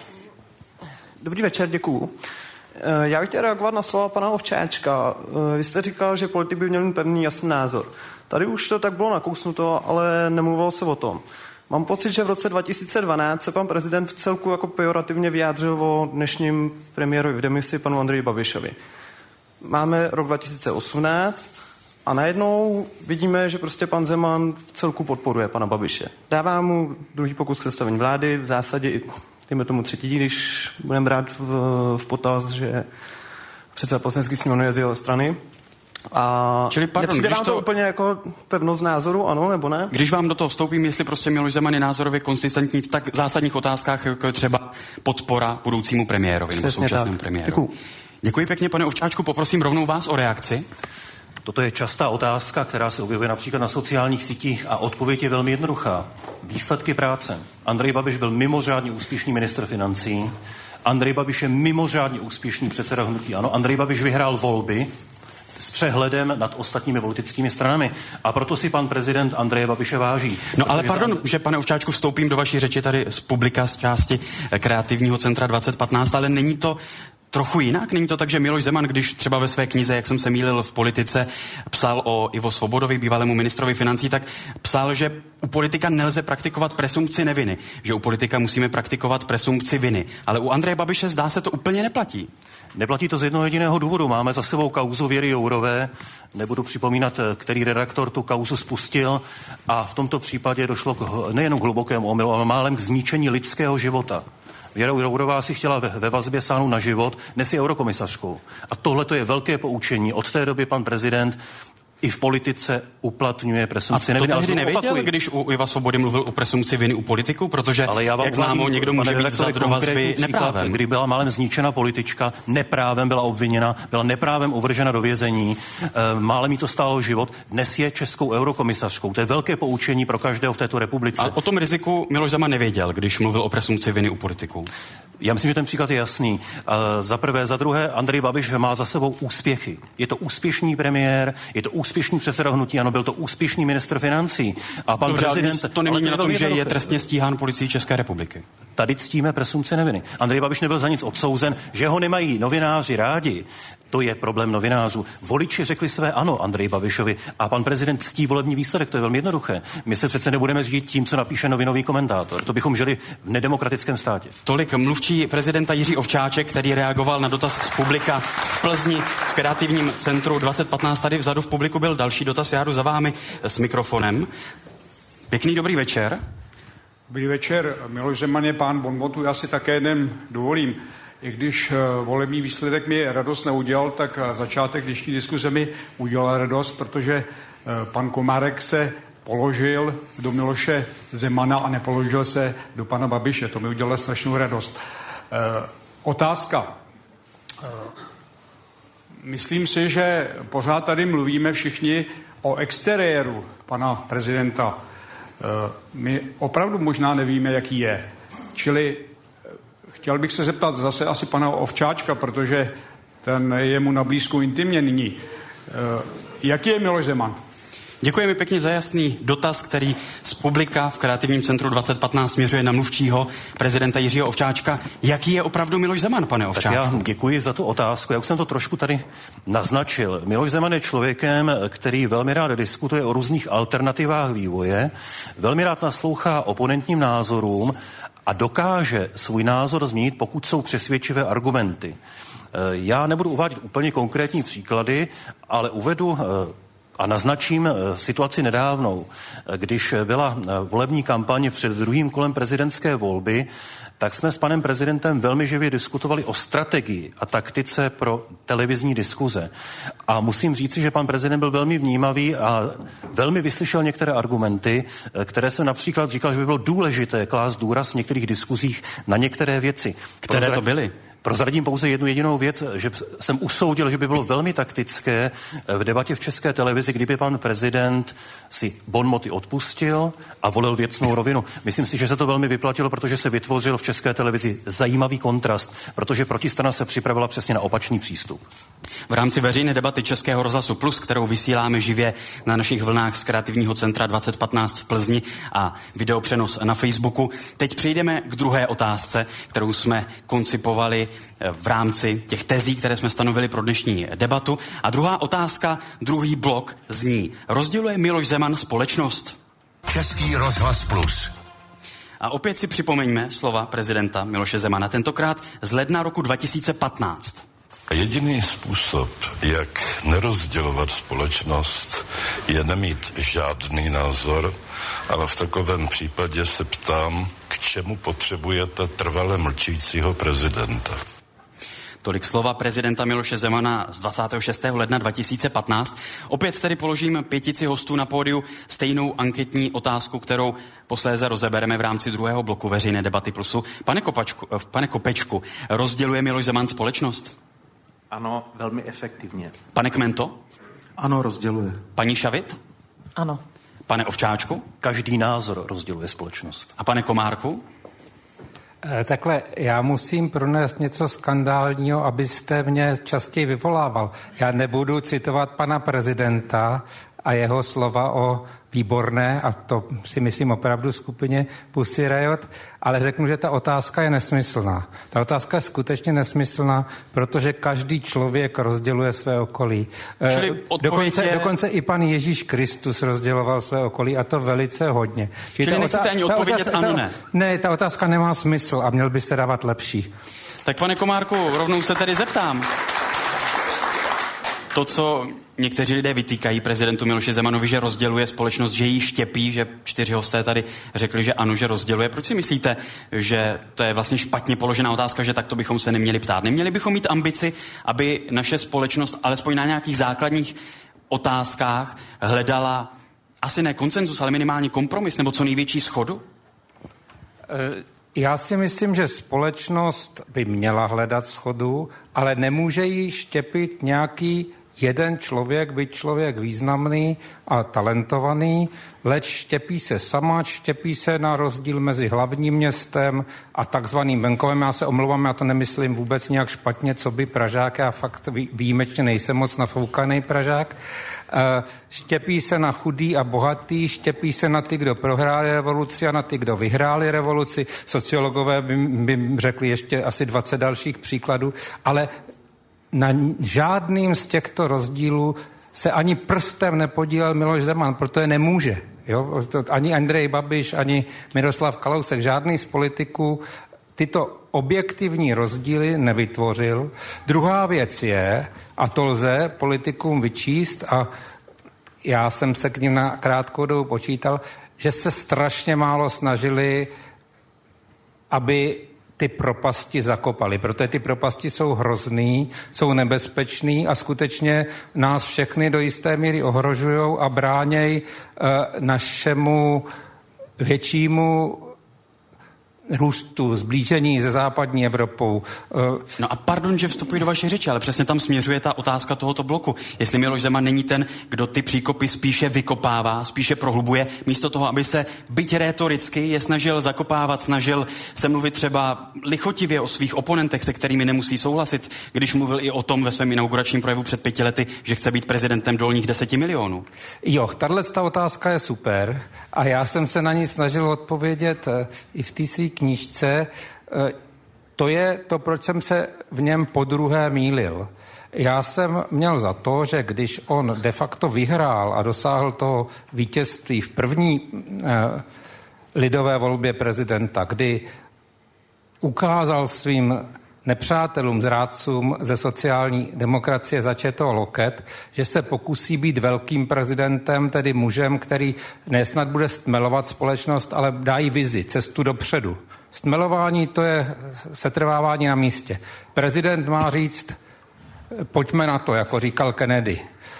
Dobrý večer, děkuju. Já bych chtěl reagovat na slova pana Ovčáčka. Vy jste říkal, že politik by měl mít pevný jasný názor. Tady už to tak bylo nakousnuto, ale nemluvilo se o tom. Mám pocit, že v roce 2012 se pan prezident v celku jako pejorativně vyjádřil o dnešním premiérovi v demisi panu Andreji Babišovi. Máme rok 2018 a najednou vidíme, že prostě pan Zeman v celku podporuje pana Babiše. Dává mu druhý pokus k sestavení vlády, v zásadě i dejme tomu třetí, když budeme brát v potaz, že předseda poslanecké sněmovny je z jeho strany. A čili pardon, nepřijde vám to úplně jako pevnost názoru, ano nebo ne? Když vám do toho vstoupím, jestli prostě Miloš Zeman je názorově konsistentní v tak zásadních otázkách, jako je třeba podpora budoucímu premiérovi nebo současnému premiérovi. Děkuji pěkně, pane Ovčáčku, poprosím rovnou vás o reakci. Toto je častá otázka, která se objevuje například na sociálních sítích a odpověď je velmi jednoduchá. Výsledky práce. Andrej Babiš byl mimořádně úspěšný ministr financí. Andrej Babiš je mimořádně úspěšný předseda hnutí ANO. Andrej Babiš vyhrál volby s přehledem nad ostatními politickými stranami. A proto si pan prezident Andreje Babiše váží. No ale pardon, že pane Ovčáčku vstoupím do vaší řeči tady z publika z části Kreativního centra 2015, ale není to trochu jinak? Není to tak, že Miloš Zeman, když třeba ve své knize, jak jsem se mýlil v politice, psal o Ivo Svobodovi, bývalému ministrovi financí, tak psal, že u politika nelze praktikovat presumpci neviny, že u politika musíme praktikovat presumpci viny. Ale u Andreje Babiše zdá se to úplně neplatí. Neplatí to z jednoho jediného důvodu. Máme za sebou kauzu Věry Jourové, nebudu připomínat, který redaktor tu kauzu spustil a v tomto případě došlo nejen k hlubokému omylu, ale málem k zničení lidského života. Věra Jourová si chtěla ve vazbě sáhnout na život, dnes je eurokomisařkou. A tohle to je velké poučení. Od té doby pan prezident i v politice uplatňuje presumpci neviny. A to tehdy nevěděl, když u Iva Svobody mluvil o presumpci viny u politiků, protože, jak známo, někdo může být vzat do vazby neprávem. Kdy byla málem zničena politička, neprávem byla obviněna, byla neprávem uvržena do vězení, málem jí to stálo život, dnes je českou eurokomisařkou. To je velké poučení pro každého v této republice. A o tom riziku Miloš Zeman nevěděl, když mluvil o presumpci viny u politiků. Já myslím, že ten příklad je jasný. Za prvé, za druhé, Andrej Babiš má za sebou úspěchy. Je to úspěšný premiér, je to úspěšný předseda hnutí ANO, byl to úspěšný ministr financí. A pan prezident to nemění na tom, že je trestně stíhán policií České republiky. Tady ctíme presumpci neviny. Andrej Babiš nebyl za nic odsouzen, že ho nemají novináři rádi. To je problém novinářů. Voliči řekli své ano Andreji Babišovi a pan prezident ctí volební výsledek, to je velmi jednoduché. My se přece nebudeme řídit tím, co napíše novinový komentátor. To bychom žili v nedemokratickém státě. Tolik mluvčí prezidenta Jiří Ovčáček, který reagoval na dotaz z publika v Plzni v kreativním centru 2015. Tady vzadu v publiku byl další dotaz, já jdu za vámi s mikrofonem. Pěkný dobrý večer. Dobrý večer. Miloš Zeman je pán bonmotu, já si také jeden dovolím. I když volební výsledek mi radost neudělal, tak začátek dnešní diskuze mi udělal radost, protože pan Komárek se položil do Miloše Zemana a nepoložil se do pana Babiše. To mi udělalo strašnou radost. Otázka. Myslím si, že pořád tady mluvíme všichni o exteriéru pana prezidenta. My opravdu možná nevíme, jaký je. Čili chtěl bych se zeptat zase asi pana Ovčáčka, protože ten je mu na blízku intimně nyní. Jaký je Miloš Zeman? Děkujeme pěkně za jasný dotaz, který z publika v kreativním centru 2015 směřuje na mluvčího prezidenta Jiřího Ovčáčka. Jaký je opravdu Miloš Zeman, pane Ovčáčku? Tak já děkuji za tu otázku. Já už jsem to trošku tady naznačil. Miloš Zeman je člověkem, který velmi rád diskutuje o různých alternativách vývoje, velmi rád naslouchá oponentním názorům a dokáže svůj názor změnit, pokud jsou přesvědčivé argumenty. Já nebudu uvádět úplně konkrétní příklady, ale uvedu a naznačím situaci nedávnou. Když byla volební kampaň před druhým kolem prezidentské volby, tak jsme s panem prezidentem velmi živě diskutovali o strategii a taktice pro televizní diskuze. A musím říci, že pan prezident byl velmi vnímavý a velmi vyslyšel některé argumenty, které jsem například říkal, že by bylo důležité klást důraz v některých diskuzích na některé věci. Které to byly? Prozradím pouze jednu jedinou věc, že jsem usoudil, že by bylo velmi taktické v debatě v České televizi, kdyby pan prezident si bonmoty odpustil a volil věcnou rovinu. Myslím si, že se to velmi vyplatilo, protože se vytvořil v České televizi zajímavý kontrast, protože protistrana se připravila přesně na opačný přístup. V rámci veřejné debaty Českého rozhlasu Plus, kterou vysíláme živě na našich vlnách z kreativního centra 2015 v Plzni a videopřenos na Facebooku, teď přejdeme k druhé otázce, kterou jsme koncipovali v rámci těch tezí, které jsme stanovili pro dnešní debatu. A druhá otázka, druhý blok zní: rozděluje Miloš Zeman společnost? Český rozhlas Plus. A opět si připomeňme slova prezidenta Miloše Zemana, tentokrát z ledna roku 2015. Jediný způsob, jak nerozdělovat společnost, je nemít žádný názor, ale v takovém případě se ptám, k čemu potřebujete trvale mlčícího prezidenta. Tolik slova prezidenta Miloše Zemana z 26. ledna 2015. Opět tedy položím pětici hostů na pódiu stejnou anketní otázku, kterou posléze rozebereme v rámci druhého bloku veřejné debaty Plusu. Pane Kopečku, rozděluje Miloš Zeman společnost? Ano, velmi efektivně. Pane Kmento? Ano, rozděluje. Paní Šavit? Ano. Pane Ovčáčku? Každý názor rozděluje společnost. A pane Komárku? Takhle, já musím pronést něco skandálního, abyste mě častěji vyvolával. Já nebudu citovat pana prezidenta a jeho slova o Výborné, a to si myslím opravdu skupině Pussy Riot, ale řeknu, že ta otázka je nesmyslná. Ta otázka je skutečně nesmyslná, protože každý člověk rozděluje své okolí. Dokonce i pan Ježíš Kristus rozděloval své okolí, a to velice hodně. Čili nechcete ani odpovědět ano, ne? Ne, ta otázka nemá smysl a měl byste dávat lepší. Tak pane Komárku, rovnou se tedy zeptám. To, co někteří lidé vytýkají prezidentu Miloši Zemanovi, že rozděluje společnost, že ji štěpí, že 4 hosté tady řekli, že ano, že rozděluje. Proč si myslíte, že to je vlastně špatně položená otázka, že takto bychom se neměli ptát? Neměli bychom mít ambici, aby naše společnost alespoň na nějakých základních otázkách hledala asi ne konsenzus, ale minimálně kompromis nebo co největší shodu? Já si myslím, že společnost by měla hledat shodu, ale nemůže jí štěpit nějaký jeden člověk, byť člověk významný a talentovaný, leč štěpí se sama, štěpí se na rozdíl mezi hlavním městem a takzvaným venkovem. Já se omlouvám, já to nemyslím vůbec nějak špatně, co by Pražák, já fakt výjimečně nejsem moc nafoukaný Pražák. Štěpí se na chudý a bohatý, štěpí se na ty, kdo prohráli revoluci a na ty, kdo vyhráli revoluci. Sociologové by řekli ještě asi 20 dalších příkladů, ale na žádným z těchto rozdílů se ani prstem nepodílel Miloš Zeman, protože nemůže. Jo? Ani Andrej Babiš, ani Miroslav Kalousek, žádný z politiků tyto objektivní rozdíly nevytvořil. Druhá věc je, a to lze politikům vyčíst, a já jsem se k nim na krátkou dobu počítal, že se strašně málo snažili, aby ty propasti zakopali, protože ty propasti jsou hrozný, jsou nebezpečný a skutečně nás všechny do jisté míry ohrožujou a bráněj našemu většímu růstu, zblížení se západní Evropou. No a pardon, že vstupuji do vaší řeči, ale přesně tam směřuje ta otázka tohoto bloku. Jestli Miloš Zeman není ten, kdo ty příkopy spíše vykopává, spíše prohlubuje, místo toho, aby se byť rétoricky je snažil zakopávat, snažil se mluvit třeba lichotivě o svých oponentech, se kterými nemusí souhlasit, když mluvil i o tom ve svém inauguračním projevu před 5 lety, že chce být prezidentem dolních 10 milionů. Jo, tato otázka je super a já jsem se na ní snažil odpovědět i v té své knížce. To je to, proč jsem se v něm podruhé mýlil. Já jsem měl za to, že když on de facto vyhrál a dosáhl toho vítězství v první lidové volbě prezidenta, kdy ukázal svým nepřátelům, zrádcům ze sociální demokracie začeto loket, že se pokusí být velkým prezidentem, tedy mužem, který nesnad bude stmelovat společnost, ale dá jí vizi, cestu dopředu. Stmelování to je setrvávání na místě. Prezident má říct, pojďme na to, jako říkal Kennedy.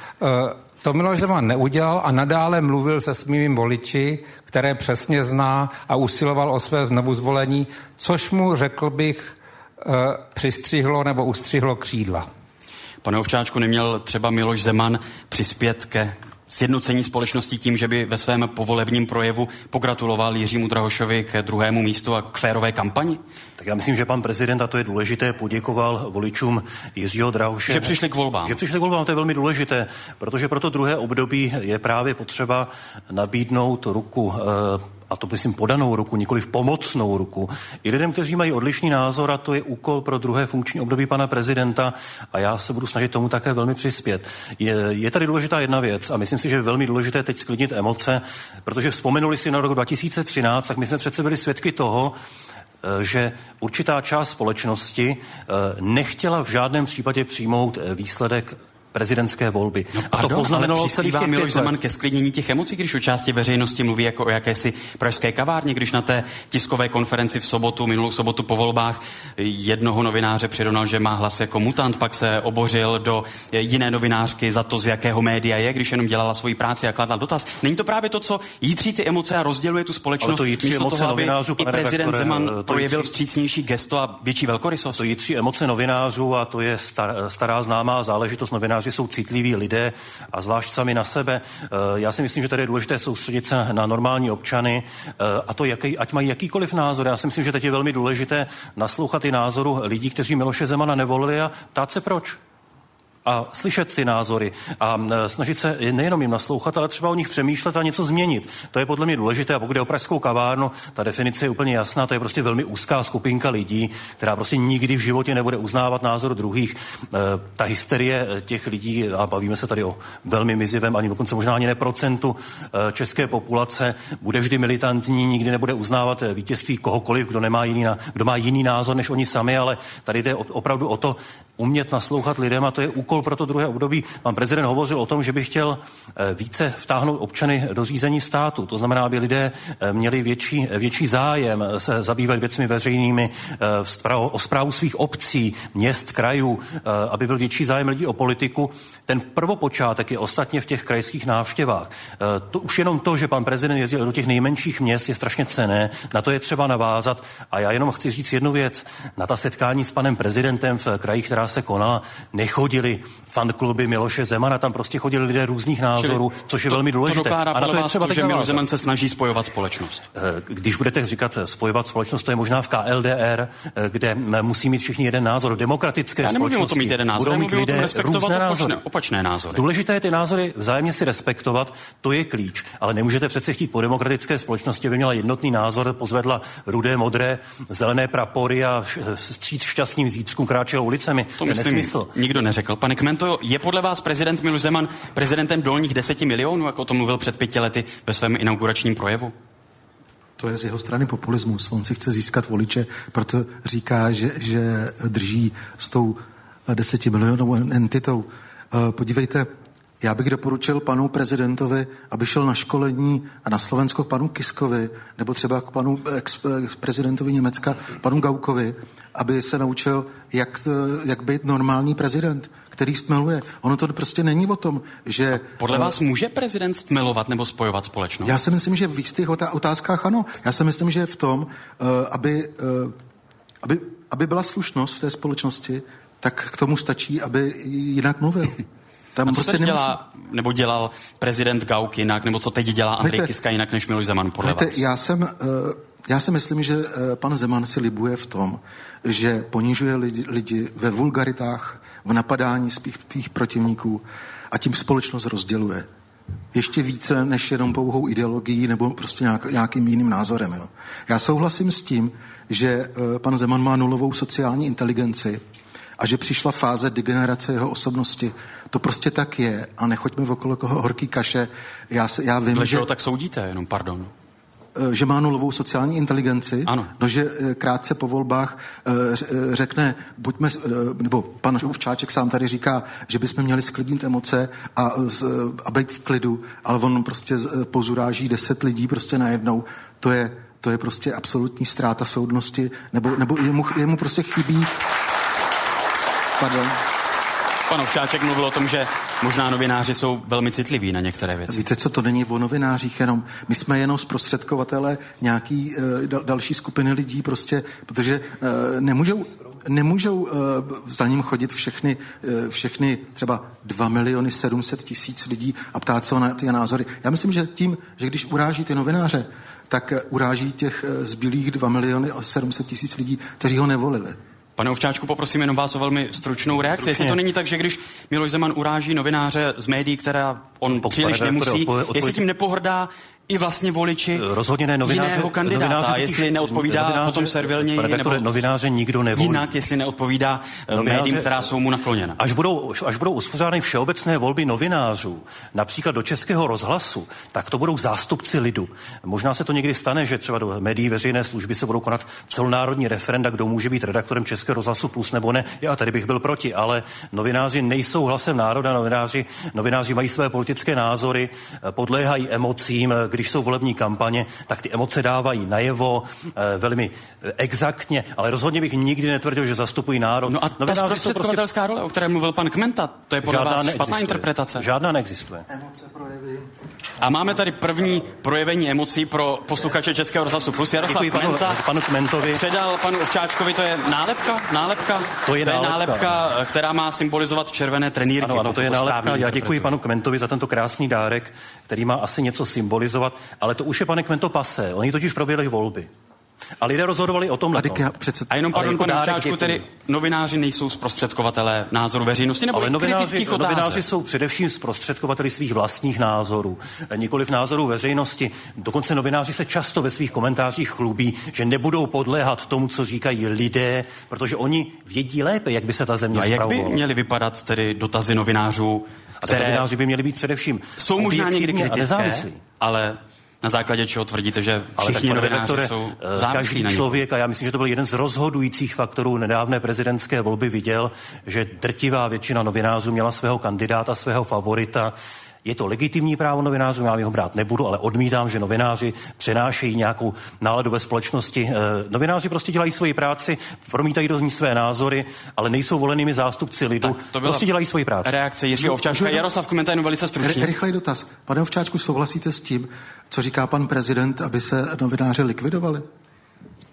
To Miloš Zeman neudělal a nadále mluvil se svými voliči, které přesně zná a usiloval o své znovuzvolení, což mu, řekl bych, přistřihlo nebo ustřihlo křídla. Pane Ovčáčku, neměl třeba Miloš Zeman přispět ke sjednocení společnosti tím, že by ve svém povolebním projevu pogratuloval Jiřímu Drahošovi k 2. místu a k férové kampani? Tak já myslím, že pan prezident, a to je důležité, poděkoval voličům Jiřího Drahoše. Že přišli k volbám. Že přišli k volbám, to je velmi důležité, protože pro to druhé období je právě potřeba nabídnout ruku, a to myslím podanou ruku, nikoliv pomocnou ruku, i lidem, kteří mají odlišný názor, a to je úkol pro druhé funkční období pana prezidenta a já se budu snažit tomu také velmi přispět. Je tady důležitá jedna věc a myslím si, že je velmi důležité teď sklidnit emoce, protože vzpomenuli si na rok 2013, tak my jsme přece byli svědky toho, že určitá část společnosti nechtěla v žádném případě přijmout výsledek prezidentské volby. No pardon, ale přispívá Miloš Zeman ke sklidnění těch emocí, když o části veřejnosti mluví jako o jakési pražské kavárně, když na té tiskové konferenci v sobotu, minulou sobotu po volbách, jednoho novináře přirovnal, že má hlas jako mutant, pak se obořil do jiné novinářky za to, z jakého média je, když jenom dělala svoji práci a kladla dotaz. Není to právě to, co jítří ty emoce a rozděluje tu společnost, to místo toho, aby i prezident Zeman projevil vstřícnější gesto a větší velkorysost? To jítří emoce novinářů a to je stará známá záležitost. Novináři jsou citliví lidé a zvlášť sami na sebe. Já si myslím, že tady je důležité soustředit se na normální občany a to, ať mají jakýkoliv názor. Já si myslím, že teď je velmi důležité naslouchat i názoru lidí, kteří Miloše Zemana nevolili a ptát se proč. A slyšet ty názory a snažit se nejenom jim naslouchat, ale třeba o nich přemýšlet a něco změnit. To je podle mě důležité a pokud je o pražskou kavárnu, ta definice je úplně jasná, to je prostě velmi úzká skupinka lidí, která prostě nikdy v životě nebude uznávat názor druhých. Ta hysterie těch lidí, a bavíme se tady o velmi mizivém, ani dokonce možná ani neprocentu české populace, bude vždy militantní, nikdy nebude uznávat vítězství kohokoliv, kdo má jiný názor než oni sami, ale tady jde opravdu o to, umět naslouchat lidem a to je úkol pro to druhé období. Pan prezident hovořil o tom, že by chtěl více vtáhnout občany do řízení státu. To znamená, aby lidé měli větší zájem se zabývat věcmi veřejnými, o správu svých obcí, měst, krajů, aby byl větší zájem lidí o politiku. Ten prvopočátek je ostatně v těch krajských návštěvách. To už jenom to, že pan prezident jezdil do těch nejmenších měst, je strašně cenné. Na to je třeba navázat. A já jenom chci říct jednu věc. Na ta setkání s panem prezidentem v krajích, která se konala, nechodili fankluby Miloše Zemana, tam prostě chodili lidé různých názorů, což je velmi důležité. To dokládá podle vás to, že Miloš Zeman se snaží spojovat společnost. Když budete říkat spojovat společnost, to je možná v KLDR, kde musí mít všichni jeden názor. V demokratické společnosti mít jeden názor, budou mít lidé různé názory. Opačné názory. Důležité je ty názory vzájemně si respektovat, to je klíč. Ale nemůžete přece chtít po demokratické společnosti, aby měla jednotný názor, pozvedla rudé, modré, zelené prapory a vstříc šťastným zítřkům kráčela ulicemi. To myslím, nesmysl. Nikdo neřekl. Pane Kmento, je podle vás prezident Miloš Zeman prezidentem dolních 10 milionů, jako o tom mluvil před 5 lety ve svém inauguračním projevu? To je z jeho strany populismus. On si chce získat voliče, proto říká, že drží s tou 10 milionovou entitou. Podívejte, já bych doporučil panu prezidentovi, aby šel na školení a na Slovensko k panu Kiskovi, nebo třeba k panu ex-prezidentovi Německa, panu Gaukovi, aby se naučil, jak být normální prezident, který stmeluje. Ono to prostě není o tom, že... Podle vás může prezident stmelovat nebo spojovat společnost? Já si myslím, že v jistých otázkách ano. Já si myslím, že je v tom, aby byla slušnost v té společnosti, tak k tomu stačí, aby jinak mluvil. Tam a co prostě dělal prezident Gauk jinak, nebo co teď dělá Andrej Kiska jinak než Miloš Zeman, podle vás? Já si myslím, že pan Zeman si libuje v tom, že ponižuje lidi ve vulgaritách, v napadání svých protivníků a tím společnost rozděluje. Ještě více než jenom pouhou ideologií nebo prostě nějakým jiným názorem. Jo. Já souhlasím s tím, že pan Zeman má nulovou sociální inteligenci a že přišla fáze degenerace jeho osobnosti. To prostě tak je a nechoďme okolo horký kaše. Já vím, Dle čeho tak soudíte, jenom pardon? Že má nulovou sociální inteligenci, ano. No, že krátce po volbách řekne, nebo pan Ovčáček sám tady říká, že bychom měli sklidnit emoce a být v klidu, ale on prostě pozuráží 10 lidí prostě najednou. To je prostě absolutní ztráta soudnosti, nebo jemu prostě chybí... Pardon. Pan Ovčáček mluvil o tom, že možná novináři jsou velmi citliví na některé věci. Víte co, to není o novinářích jenom. My jsme jenom zprostředkovatelé nějaký další skupiny lidí prostě, protože nemůžou za ním chodit všechny třeba 2 700 000 lidí a ptát se na ty názory. Já myslím, že tím, že když uráží ty novináře, tak uráží těch zbylých 2 700 000 lidí, kteří ho nevolili. Pane Ovčáčku, poprosím jenom vás o velmi stručnou reakci. Jestli to není tak, že když Miloš Zeman uráží novináře z médií, která on příliš nemusí, jestli tím nepohrdá i vlastně voliči jiného kandidáta, jestli neodpovídá potom servilně novináře nikdo nevolí. Jinak, jestli neodpovídá médiím, která jsou mu nakloněna. Až budou uspořádány všeobecné volby novinářů, například do Českého rozhlasu, tak to budou zástupci lidu. Možná se to někdy stane, že třeba do médií veřejné služby se budou konat celonárodní referenda, kdo může být redaktorem Českého rozhlasu plus nebo ne. Já tady bych byl proti, ale novináři nejsou hlasem národa, novináři mají své politické názory, podléhají emocím, když jsou volební kampaně, tak ty emoce dávají najevo velmi exaktně, ale rozhodně bych nikdy netvrdil, že zastupují národ. No a ta zprostředkovatelská role, o které mluvil pan Kmenta, to je podle vás špatná interpretace? Žádná neexistuje. Emoce projevy. A máme tady první projevení emocí pro posluchače Českého rozhlasu plus. Jaroslav Kmenta panu Kmentovi předal panu Ovčáčkovi, to je nálepka? To je nálepka, která má symbolizovat červené trenýrky. Ano, to je nálepka. Já děkuji panu Kmentovi za tento krásný dárek, který má asi něco symbolizovat, ale to už je, pane Kmento, pasé. Oni totiž proběhly volby. A lidé rozhodovali o tomhle. A jenom pardon, pane Ovčáčku, tedy novináři nejsou zprostředkovatelé názoru veřejnosti nebo kritických otázek? Novináři jsou především zprostředkovateli svých vlastních názorů, nikoliv názorů veřejnosti. Dokonce novináři se často ve svých komentářích chlubí, že nebudou podléhat tomu, co říkají lidé, protože oni vědí lépe, jak by se ta země spravovala. A jak by měly vypadat tedy dotazy novinářů, které novináři by měli být především jsou možná někdy kritické, ale na základě čeho tvrdíte, že všichni novináři jsou závislí každý člověk, a já myslím, že to byl jeden z rozhodujících faktorů nedávné prezidentské volby, viděl, že drtivá většina novinářů měla svého kandidáta, svého favorita. Je to legitimní právo novinářů, já ho brát nebudu, ale odmítám, že novináři přenášejí nějakou náladu ve společnosti. Novináři prostě dělají svoji práci, promítají do ní své názory, ale nejsou volenými zástupci lidu. Prostě dělají svoji práci. Reakce Jiřího Ovčáčka. Jaroslav Kmenta, jenom velice stručně. Rychlej dotaz. Pane Ovčáčku, souhlasíte s tím, co říká pan prezident, aby se novináři likvidovali?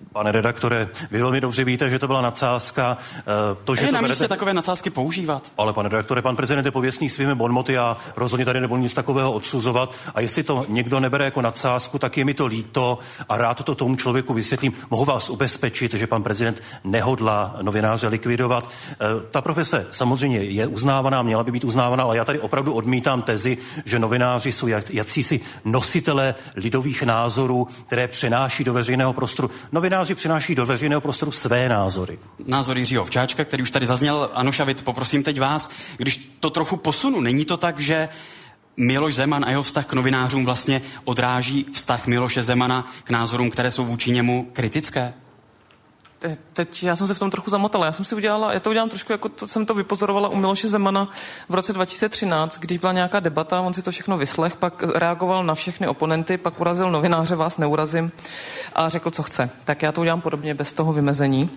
Pane redaktore, vy velmi dobře víte, že to byla nadsázka. Je na místě takové nadsázky používat. Ale pane redaktore, pan prezident je pověstný svými bonmoty, já rozhodně tady nebudu nic takového odsuzovat. A jestli to někdo nebere jako nadsázku, tak je mi to líto a rád to tomu člověku vysvětlím. Mohu vás ubezpečit, že pan prezident nehodlá novináře likvidovat. Ta profese samozřejmě je uznávaná, měla by být uznávaná, ale já tady opravdu odmítám tezi, že novináři jsou jacísi nositelé lidových názorů, které přenáší do veřejného prostoru. Novináři přináší do veřejného prostoru své názory. Názor Jiřího Ovčáčka, který už tady zazněl. Ano, Šavit, poprosím teď vás, když to trochu posunu, není to tak, že Miloš Zeman a jeho vztah k novinářům vlastně odráží vztah Miloše Zemana k názorům, které jsou vůči němu kritické? Teď já jsem se v tom trochu zamotala. Já to udělám trošku, jako jsem to vypozorovala u Miloše Zemana v roce 2013, když byla nějaká debata, on si to všechno vyslech, pak reagoval na všechny oponenty, pak urazil novináře, vás neurazím, a řekl, co chce. Tak já to udělám podobně, bez toho vymezení.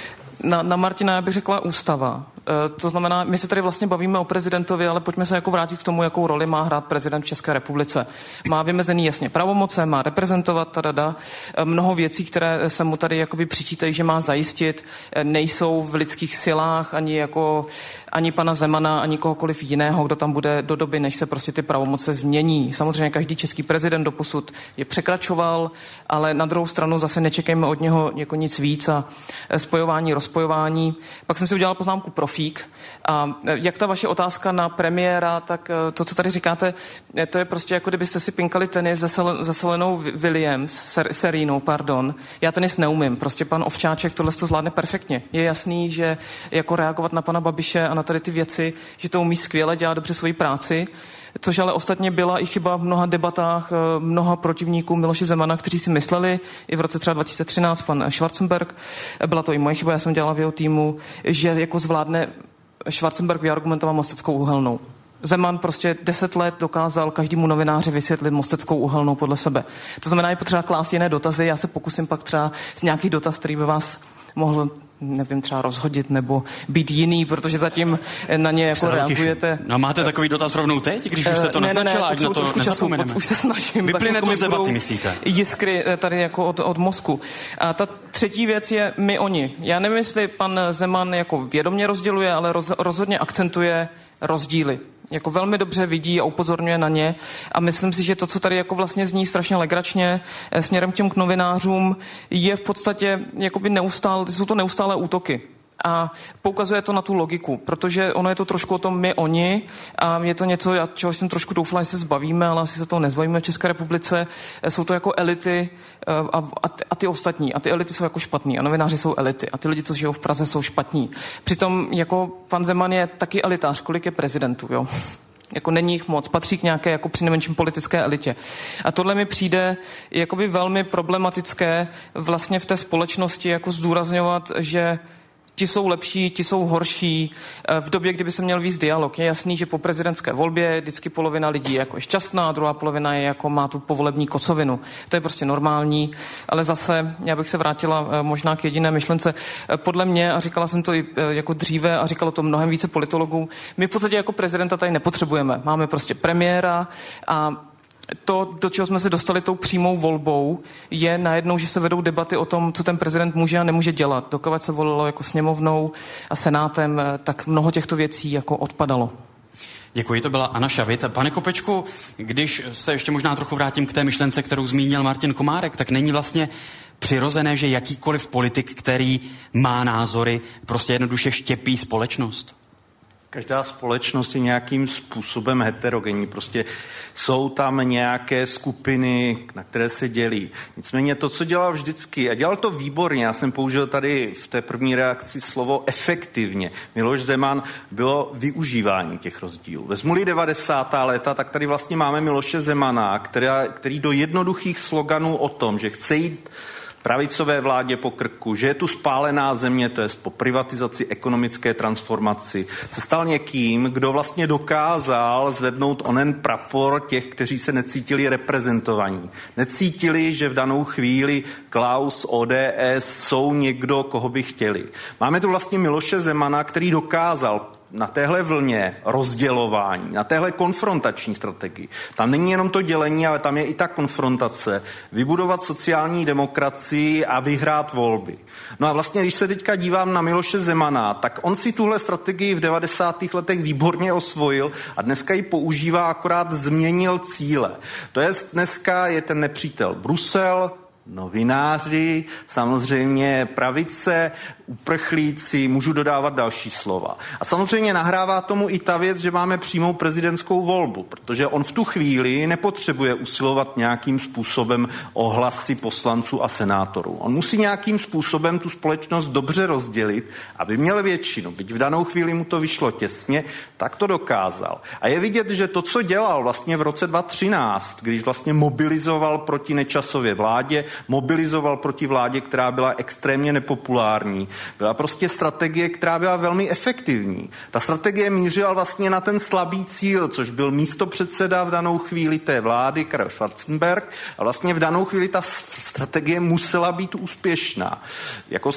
Na Martina já bych řekla ústava. To znamená, my se tady vlastně bavíme o prezidentovi, ale pojďme se jako vrátit k tomu, jakou roli má hrát prezident v České republice. Má vymezený jasně pravomoce, má reprezentovat mnoho věcí, které se mu tady jakoby přičítají, že má zajistit, nejsou v lidských silách ani pana Zemana, ani kohokoliv jiného, kdo tam bude do doby, než se prostě ty pravomoce změní. Samozřejmě každý český prezident doposud je překračoval, ale na druhou stranu zase nečekejme od něho jako nic víc a spojování, rozpojování. Pak jsem si udělal poznámku profík. A jak ta vaše otázka na premiéra, tak to, co tady říkáte, to je prostě jako kdybyste si pinkali tenis se Selenou Williams, Serínou, pardon. Já tenis neumím, prostě pan Ovčáček tohle to zvládne perfektně. Je jasný, že jako reagovat na pana Babiše a na tady ty věci, že to umí skvěle, dělat dobře svoji práci, což ale ostatně byla i chyba v mnoha debatách mnoha protivníků Miloše Zemana, kteří si mysleli i v roce třeba 2013 pan Schwarzenberg, byla to i moje chyba, já jsem dělala v jeho týmu, že jako zvládne Schwarzenberg vyargumentovat Mosteckou uhelnou. Zeman prostě 10 let dokázal každému novináři vysvětlit Mosteckou uhelnou podle sebe. To znamená, je potřeba klást jiné dotazy, já se pokusím pak třeba nějaký dotaz, který by vás mohl, nevím, třeba rozhodit nebo být jiný, protože zatím na ně jako reagujete. No máte takový dotaz rovnou teď, když už jste to naznačila, ať na to nezapomeneme. Už se snažím. Vyplyne to z debaty, myslíte? Jiskry tady jako od mozku. A ta třetí věc je my oni. Já nevím, jestli pan Zeman jako vědomě rozděluje, ale rozhodně akcentuje rozdíly. Jako velmi dobře vidí a upozorňuje na ně a myslím si, že to, co tady jako vlastně zní strašně legračně směrem k těm novinářům, je v podstatě jakoby jsou to neustálé útoky. A poukazuje to na tu logiku, protože ono je to trošku o tom my, oni a je to něco, čeho jsem trošku doufala, že se zbavíme, ale asi se toho nezbavíme v České republice. Jsou to jako elity a ty ostatní. A ty elity jsou jako špatný a novináři jsou elity a ty lidi, co žijou v Praze, jsou špatní. Přitom jako pan Zeman je taky elitář, kolik je prezidentů, jo? Jako není jich moc, patří k nějaké jako přinejmenším politické elitě. A tohle mi přijde jakoby velmi problematické vlastně v té společnosti jako zdůrazňovat, že ti jsou lepší, ti jsou horší. V době, kdyby se měl vést dialog, je jasný, že po prezidentské volbě je vždycky polovina lidí jako je šťastná, a druhá polovina je jako má tu povolební kocovinu. To je prostě normální, ale zase já bych se vrátila možná k jediné myšlence. Podle mě, a říkala jsem to i jako dříve a říkalo to mnohem více politologů, my v podstatě jako prezidenta tady nepotřebujeme. Máme prostě premiéra a to, do čeho jsme se dostali tou přímou volbou, je najednou, že se vedou debaty o tom, co ten prezident může a nemůže dělat. Dokud se volilo jako sněmovnou a senátem, tak mnoho těchto věcí jako odpadalo. Děkuji, to byla Anna Šavit. Pane Kopečku, když se ještě možná trochu vrátím k té myšlence, kterou zmínil Martin Komárek, tak není vlastně přirozené, že jakýkoliv politik, který má názory, prostě jednoduše štěpí společnost? Každá společnost je nějakým způsobem heterogenní. Prostě jsou tam nějaké skupiny, na které se dělí. Nicméně to, co dělal vždycky, a dělal to výborně, já jsem použil tady v té první reakci slovo efektivně. Miloš Zeman bylo využívání těch rozdílů. Vezmu-li 90. léta, tak tady vlastně máme Miloše Zemana, který do jednoduchých sloganů o tom, že chce jít pravicové vládě po krku, že je tu spálená země, to je po privatizaci, ekonomické transformaci, se stal někým, kdo vlastně dokázal zvednout onen prapor těch, kteří se necítili reprezentovaní. Necítili, že v danou chvíli Klaus, ODS jsou někdo, koho by chtěli. Máme tu vlastně Miloše Zemana, který dokázal na téhle vlně rozdělování, na téhle konfrontační strategii, tam není jenom to dělení, ale tam je i ta konfrontace, vybudovat sociální demokracii a vyhrát volby. No a vlastně, když se teďka dívám na Miloše Zemana, tak on si tuhle strategii v 90. letech výborně osvojil a dneska ji používá, akorát změnil cíle. To jest, dneska je ten nepřítel Brusel, novináři, samozřejmě pravice, uprchlíci, můžu dodávat další slova. A samozřejmě nahrává tomu i ta věc, že máme přímou prezidentskou volbu, protože on v tu chvíli nepotřebuje usilovat nějakým způsobem o hlasy poslanců a senátorů. On musí nějakým způsobem tu společnost dobře rozdělit, aby měl většinu. Byť v danou chvíli mu to vyšlo těsně, tak to dokázal. A je vidět, že to, co dělal vlastně v roce 2013, když vlastně mobilizoval proti Nečasově vládě, mobilizoval proti vládě, která byla extrémně nepopulární. Byla prostě strategie, která byla velmi efektivní. Ta strategie mířila vlastně na ten slabý cíl, což byl místopředseda v danou chvíli té vlády, Karel Schwarzenberg, a vlastně v danou chvíli ta strategie musela být úspěšná. Jako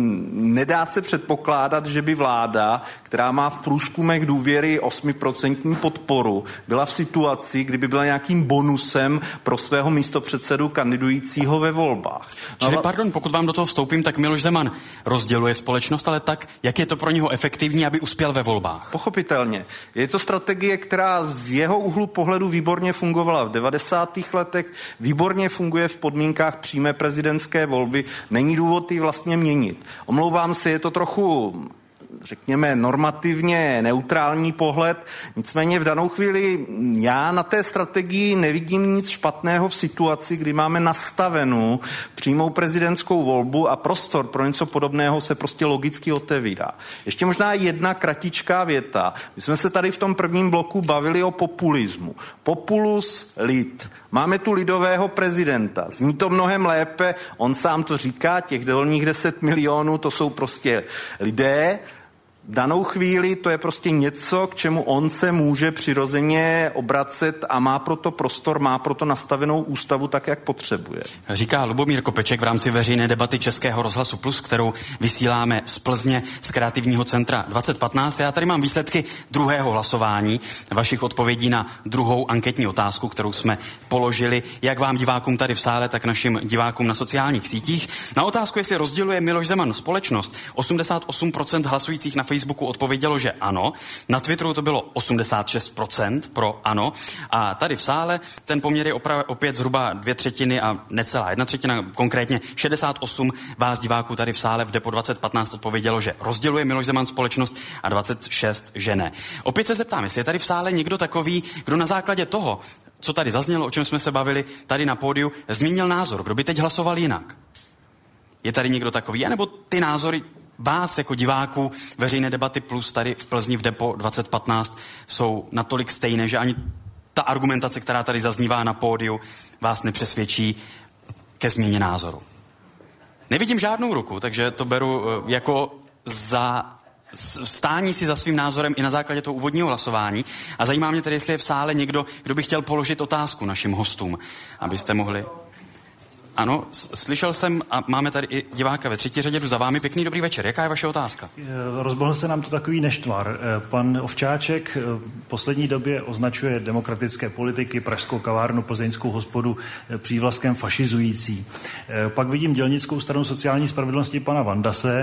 nedá se předpokládat, že by vláda, která má v průzkumech důvěry 8% podporu, byla v situaci, kdyby byla nějakým bonusem pro svého místopředsedu kandidujícího ve volbách. Čili pardon, pokud vám do toho vstoupím, tak Miloš Zeman rozděluje společnost, ale tak, jak je to pro něho efektivní, aby uspěl ve volbách? Pochopitelně. Je to strategie, která z jeho úhlu pohledu výborně fungovala v 90. letech, výborně funguje v podmínkách přímé prezidentské volby, není důvod ji vlastně měnit. Omlouvám se, je to trochu, řekněme, normativně neutrální pohled. Nicméně v danou chvíli já na té strategii nevidím nic špatného v situaci, kdy máme nastavenou přímou prezidentskou volbu a prostor pro něco podobného se prostě logicky otevírá. Ještě možná jedna kratičká věta. My jsme se tady v tom prvním bloku bavili o populismu. Populus lid. Máme tu lidového prezidenta. Zní to mnohem lépe, on sám to říká, těch dolních 10 milionů, to jsou prostě lidé. V danou chvíli to je prostě něco, k čemu on se může přirozeně obracet a má proto prostor, má proto nastavenou ústavu tak, jak potřebuje. Říká Lubomír Kopeček v rámci veřejné debaty Českého rozhlasu Plus, kterou vysíláme z Plzně z Kreativního centra 2015. Já tady mám výsledky druhého hlasování, vašich odpovědí na druhou anketní otázku, kterou jsme položili jak vám divákům tady v sále, tak našim divákům na sociálních sítích. Na otázku, jestli rozděluje Miloš Zeman společnost, 88% hlasujících na Facebooku odpovědělo, že ano. Na Twitteru to bylo 86% pro ano. A tady v sále ten poměr je opět zhruba 2/3 a necelá 1/3, konkrétně 68 vás diváků tady v sále v Depo 2015 odpovědělo, že rozděluje Miloš Zeman společnost a 26, že ne. Opět se zeptám, jestli je tady v sále někdo takový, kdo na základě toho, co tady zaznělo, o čem jsme se bavili tady na pódiu, změnil názor, kdo by teď hlasoval jinak. Je tady někdo takový, anebo ty názory vás jako diváků veřejné debaty Plus tady v Plzni v Depo 2015 jsou natolik stejné, že ani ta argumentace, která tady zaznívá na pódiu, vás nepřesvědčí ke změně názoru. Nevidím žádnou ruku, takže to beru jako za stání si za svým názorem i na základě toho úvodního hlasování. A zajímá mě tedy, jestli je v sále někdo, kdo by chtěl položit otázku našim hostům, abyste mohli... Ano, slyšel jsem a máme tady i diváka ve třetí řadě, jdu za vámi. Pěkný dobrý večer. Jaká je vaše otázka? Rozbohl se nám to takový neštvar. Pan Ovčáček v poslední době označuje demokratické politiky, pražskou kavárnu, plzeňskou hospodu přívlastkem fašizující. Pak vidím dělnickou stranu sociální spravedlnosti pana Vandase,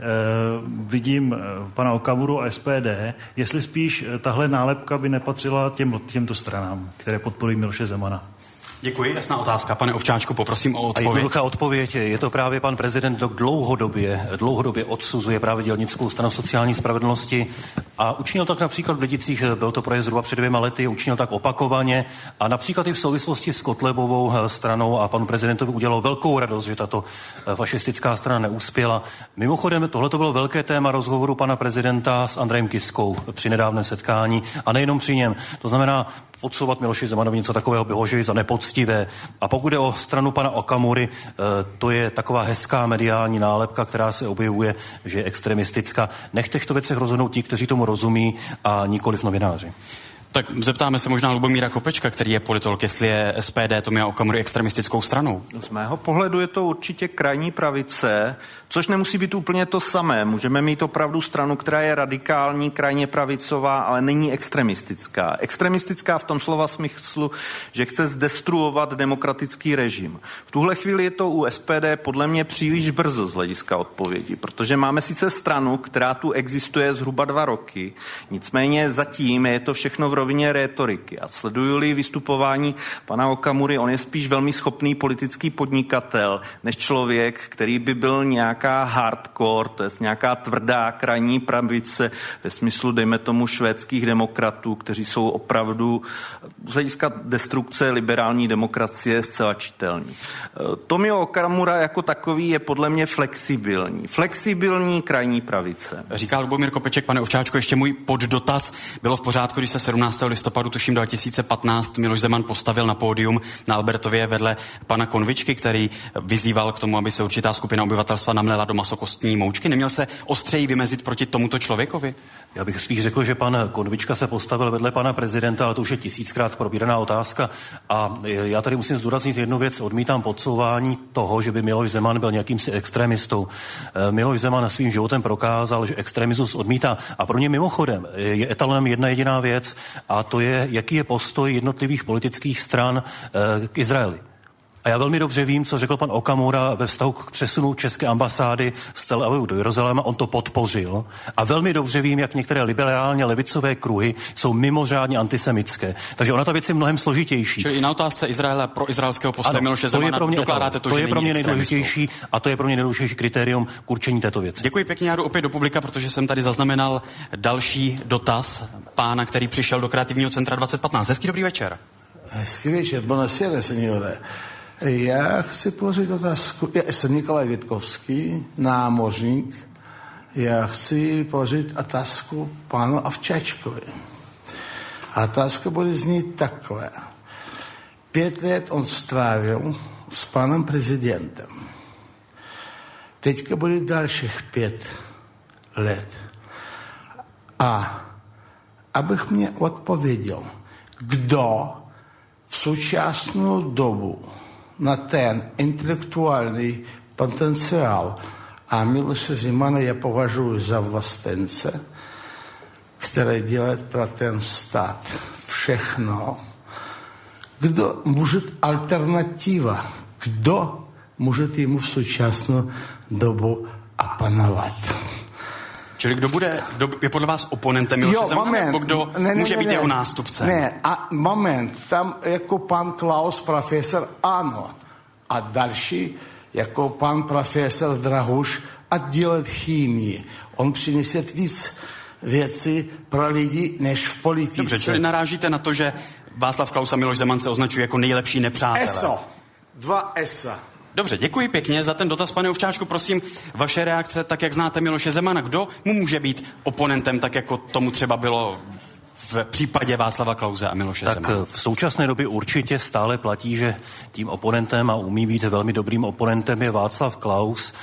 vidím pana Okamuru a SPD, jestli spíš tahle nálepka by nepatřila těmto stranám, které podporují Miloše Zemana. Děkuji, jasná otázka. Pane Ovčáčku, poprosím o odpověď. A jednoduchá odpověď, je to právě pan prezident, kdo dlouhodobě odsuzuje právě dělnickou stranu sociální spravedlnosti a učinil tak například v Lidicích, byl to projekt zhruba před 2 lety, učinil tak opakovaně a například i v souvislosti s Kotlebovou stranou a panu prezidentovi udělalo velkou radost, že tato fašistická strana neuspěla. Mimochodem, tohle to bylo velké téma rozhovoru pana prezidenta s Andrejem Kiskou při nedávném setkání a nejenom při něm. To znamená, odsouvat Miloši Zemanovi něco takového považuji za nepoctivé. A pokud je o stranu pana Okamury, to je taková hezká mediální nálepka, která se objevuje, že je extremistická. Nech těchto věcech rozhodnout ti, kteří tomu rozumí a nikoliv novináři. Tak zeptáme se možná Lubomíra Kopečka, který je politolog, jestli je SPD Tomia Okamury extremistickou stranou. Z mého pohledu je to určitě krajní pravice, což nemusí být úplně to samé. Můžeme mít opravdu stranu, která je radikální, krajně pravicová, ale není extremistická. Extremistická v tom slova smyslu, že chce zdestruovat demokratický režim. V tuhle chvíli je to u SPD podle mě příliš brzo z hlediska odpovědi, protože máme sice stranu, která tu existuje zhruba 2 roky, nicméně zatím je to všechno v rovině rétoriky. A sleduju-li vystupování pana Okamury, on je spíš velmi schopný politický podnikatel, než člověk, který by byl nějaká hardcore, to je nějaká tvrdá krajní pravice ve smyslu, dejme tomu, švédských demokratů, kteří jsou opravdu z hlediska destrukce liberální demokracie zcela čitelní. Tomio Okamura jako takový je podle mě flexibilní krajní pravice. Říká Lubomír Kopeček. Pane Ovčáčku, ještě můj poddotaz. Bylo v pořádku, když se 17. listopadu, tuším 2015, Miloš Zeman postavil na pódium na Albertově vedle pana Konvičky, který vyzýval k tomu, aby se určitá skupina obyvatelstva namlela do masokostní moučky. Neměl se ostřeji vymezit proti tomuto člověkovi? Já bych spíš řekl, že pan Konvička se postavil vedle pana prezidenta, ale to už je 1000krát probíraná otázka. A já tady musím zdůraznit jednu věc. Odmítám podsouvání toho, že by Miloš Zeman byl nějakým si extremistou. Miloš Zeman svým životem prokázal, že extremismus odmítá. A pro ně mimochodem je etalonem jedna jediná věc, a to je, jaký je postoj jednotlivých politických stran k Izraeli. A já velmi dobře vím, co řekl pan Okamura ve vztahu k přesunu české ambasády z Tel Avivu do Jeruzaléma. On to podpořil. A velmi dobře vím, jak některé liberálně levicové kruhy jsou mimořádně antisemitské. Takže ona ta věc je mnohem složitější. Čili i na otázce Izraele pro izraelského postoje Miloše Zemana dokládáte to, že je pro mě nejdůležitější a to je pro mě nejdůležitější kritérium k určení této věci. Děkuji pěkně, já jdu opět do publika, protože jsem tady zaznamenal další dotaz pána, který přišel do Kreativního centra 2015. Hezký dobrý večer. Hezký večer, buonasera, signore. Já chci položit otázku. Já jsem Nikolaj Větkovský, námořník. Já chci položit otázku panu Ovčáčkovi. A otázka bude znít takhle. 5 let on strávil s panem prezidentem. Teďka bude dalších 5 let. A abych mě odpověděl, kdo v současnou dobu na ten intelektuální potenciál a Miloše Zemana já považuji za vlastence, který dělá pro ten stát všechno. Kdo může alternativa? Kdo může jemu v současnou dobu opanovat? Čili kdo je podle vás oponentem Miloše Zemana, nebo kdo může být jeho nástupcem? Ne, a moment, tam jako pan Klaus, profesor, ano. A další, jako pan profesor Drahuš, a dělat chemii. On přinese víc věcí pro lidi, než v politice. Dobře, čili narážíte na to, že Václav Klaus a Miloš Zeman se označují jako nejlepší nepřátelé. ESO. 2 ESA. Dobře, děkuji pěkně za ten dotaz, pane Ovčáčku. Prosím, vaše reakce, tak jak znáte Miloše Zemana. Kdo mu může být oponentem, tak jako tomu třeba bylo v případě Václava Klause a Miloše Zemana? Tak v současné době určitě stále platí, že tím oponentem a umí být velmi dobrým oponentem je Václav Klaus.